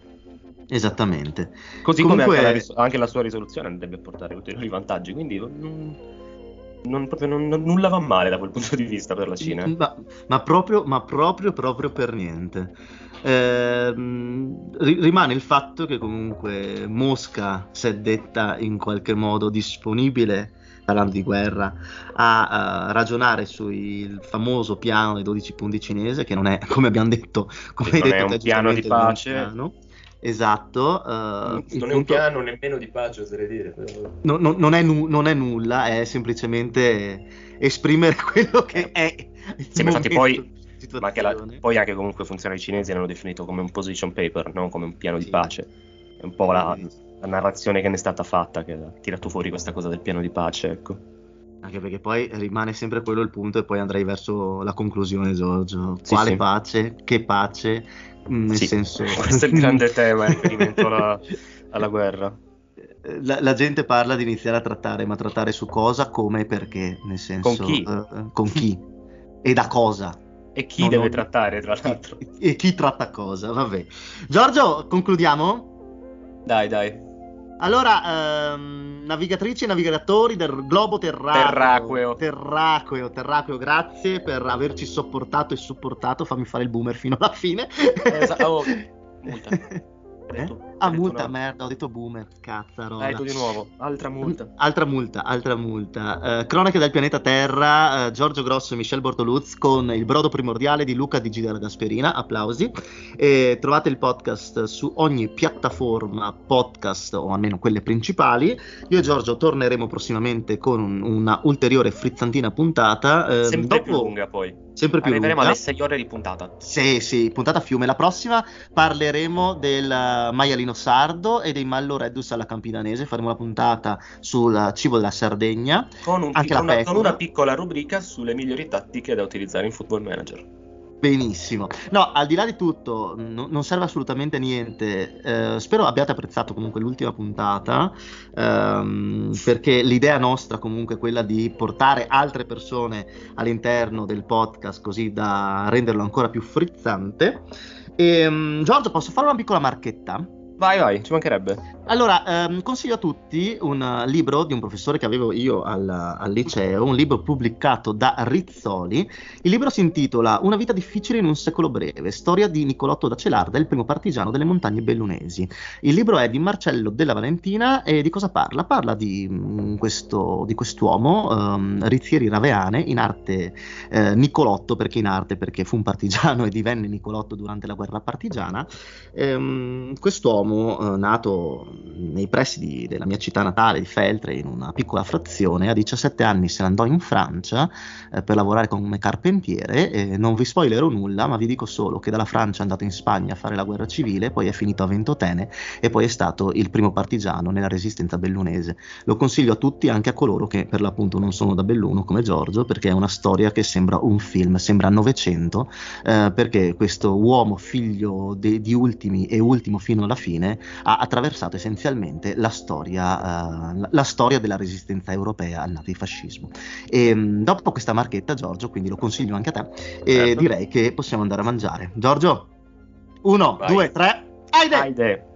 Esattamente. Così comunque, come anche la sua risoluzione deve portare ulteriori vantaggi, quindi nulla va male da quel punto di vista per la Cina. Ma proprio per niente. Rimane il fatto che comunque Mosca si è detta in qualche modo disponibile, parlando di guerra, a ragionare sul famoso piano dei 12 punti cinese, che non è, come abbiamo detto, come hai non detto è te, un piano di giustamente, pace. non è un piano. Esatto. Non è un piano nemmeno di pace, oserei dire. Non è nulla, è semplicemente esprimere quello che è il Sì, ma infatti poi, situazione. poi anche comunque funzionari cinesi hanno definito come un position paper, non come un piano di Sì. pace. È un po' la narrazione che ne è stata fatta che ha tirato fuori questa cosa del piano di pace, ecco. Anche perché poi rimane sempre quello il punto, e poi andrei verso la conclusione, Giorgio. Sì, Quale sì. pace? Che pace? Nel Sì, senso... questo è il grande tema in riferimento alla guerra. La gente parla di iniziare a trattare, ma trattare su cosa, come e perché? Nel senso, Con chi? con chi e da cosa? E chi deve trattare, tra l'altro? E chi tratta cosa? Vabbè. Giorgio, concludiamo? Dai. Allora, navigatrici e navigatori del globo terracqueo, grazie per averci sopportato e supportato. Fammi fare il boomer fino alla fine. Multa. Multa, merda, ho detto boomer, cazzarola. Hai detto di nuovo, altra multa. Altra multa. Cronache del pianeta Terra, Giorgio Grosso e Michel Bortoluz con il brodo primordiale di Luca Di Gida Gasperina, applausi. E trovate il podcast su ogni piattaforma podcast, o almeno quelle principali. Io e Giorgio torneremo prossimamente con una ulteriore frizzantina puntata. Sempre più lunga poi. Sempre più arriveremo lunga. alle 6 ore di puntata. Sì, puntata a fiume. La prossima parleremo del maialino sardo e dei Mallo Reddus alla campidanese. Faremo la puntata sul cibo della Sardegna. Con una piccola rubrica sulle migliori tattiche da utilizzare in Football Manager. Benissimo. No, al di là di tutto, non serve assolutamente a niente. Spero abbiate apprezzato comunque l'ultima puntata, perché l'idea nostra comunque è quella di portare altre persone all'interno del podcast, così da renderlo ancora più frizzante. Giorgio, posso fare una piccola marchetta? Vai, ci mancherebbe. Allora, consiglio a tutti un libro di un professore che avevo io al liceo, un libro pubblicato da Rizzoli. Il libro si intitola Una vita difficile in un secolo breve, storia di Nicolotto da Celarda, il primo partigiano delle montagne bellunesi. Il libro è di Marcello Della Valentina e di cosa parla? Parla di quest'uomo, Rizzieri Raveane, in arte Nicolotto, perché in arte? Perché fu un partigiano e divenne Nicolotto durante la guerra partigiana. Quest'uomo, nato nei pressi della mia città natale di Feltre, in una piccola frazione, a 17 anni se ne andò in Francia per lavorare come carpentiere. Non vi spoilerò nulla, ma vi dico solo che dalla Francia è andato in Spagna a fare la guerra civile, poi è finito a Ventotene e poi è stato il primo partigiano nella resistenza bellunese. Lo consiglio a tutti, anche a coloro che per l'appunto non sono da Belluno come Giorgio, perché è una storia che sembra un film, sembra Novecento, perché questo uomo figlio di ultimi e ultimo fino alla fine ha attraversato essenzialmente la storia della resistenza europea al nazifascismo. E dopo questa marchetta, Giorgio, quindi lo consiglio anche a te, e direi che possiamo andare a mangiare. Giorgio, 1, 2, 3, Aide!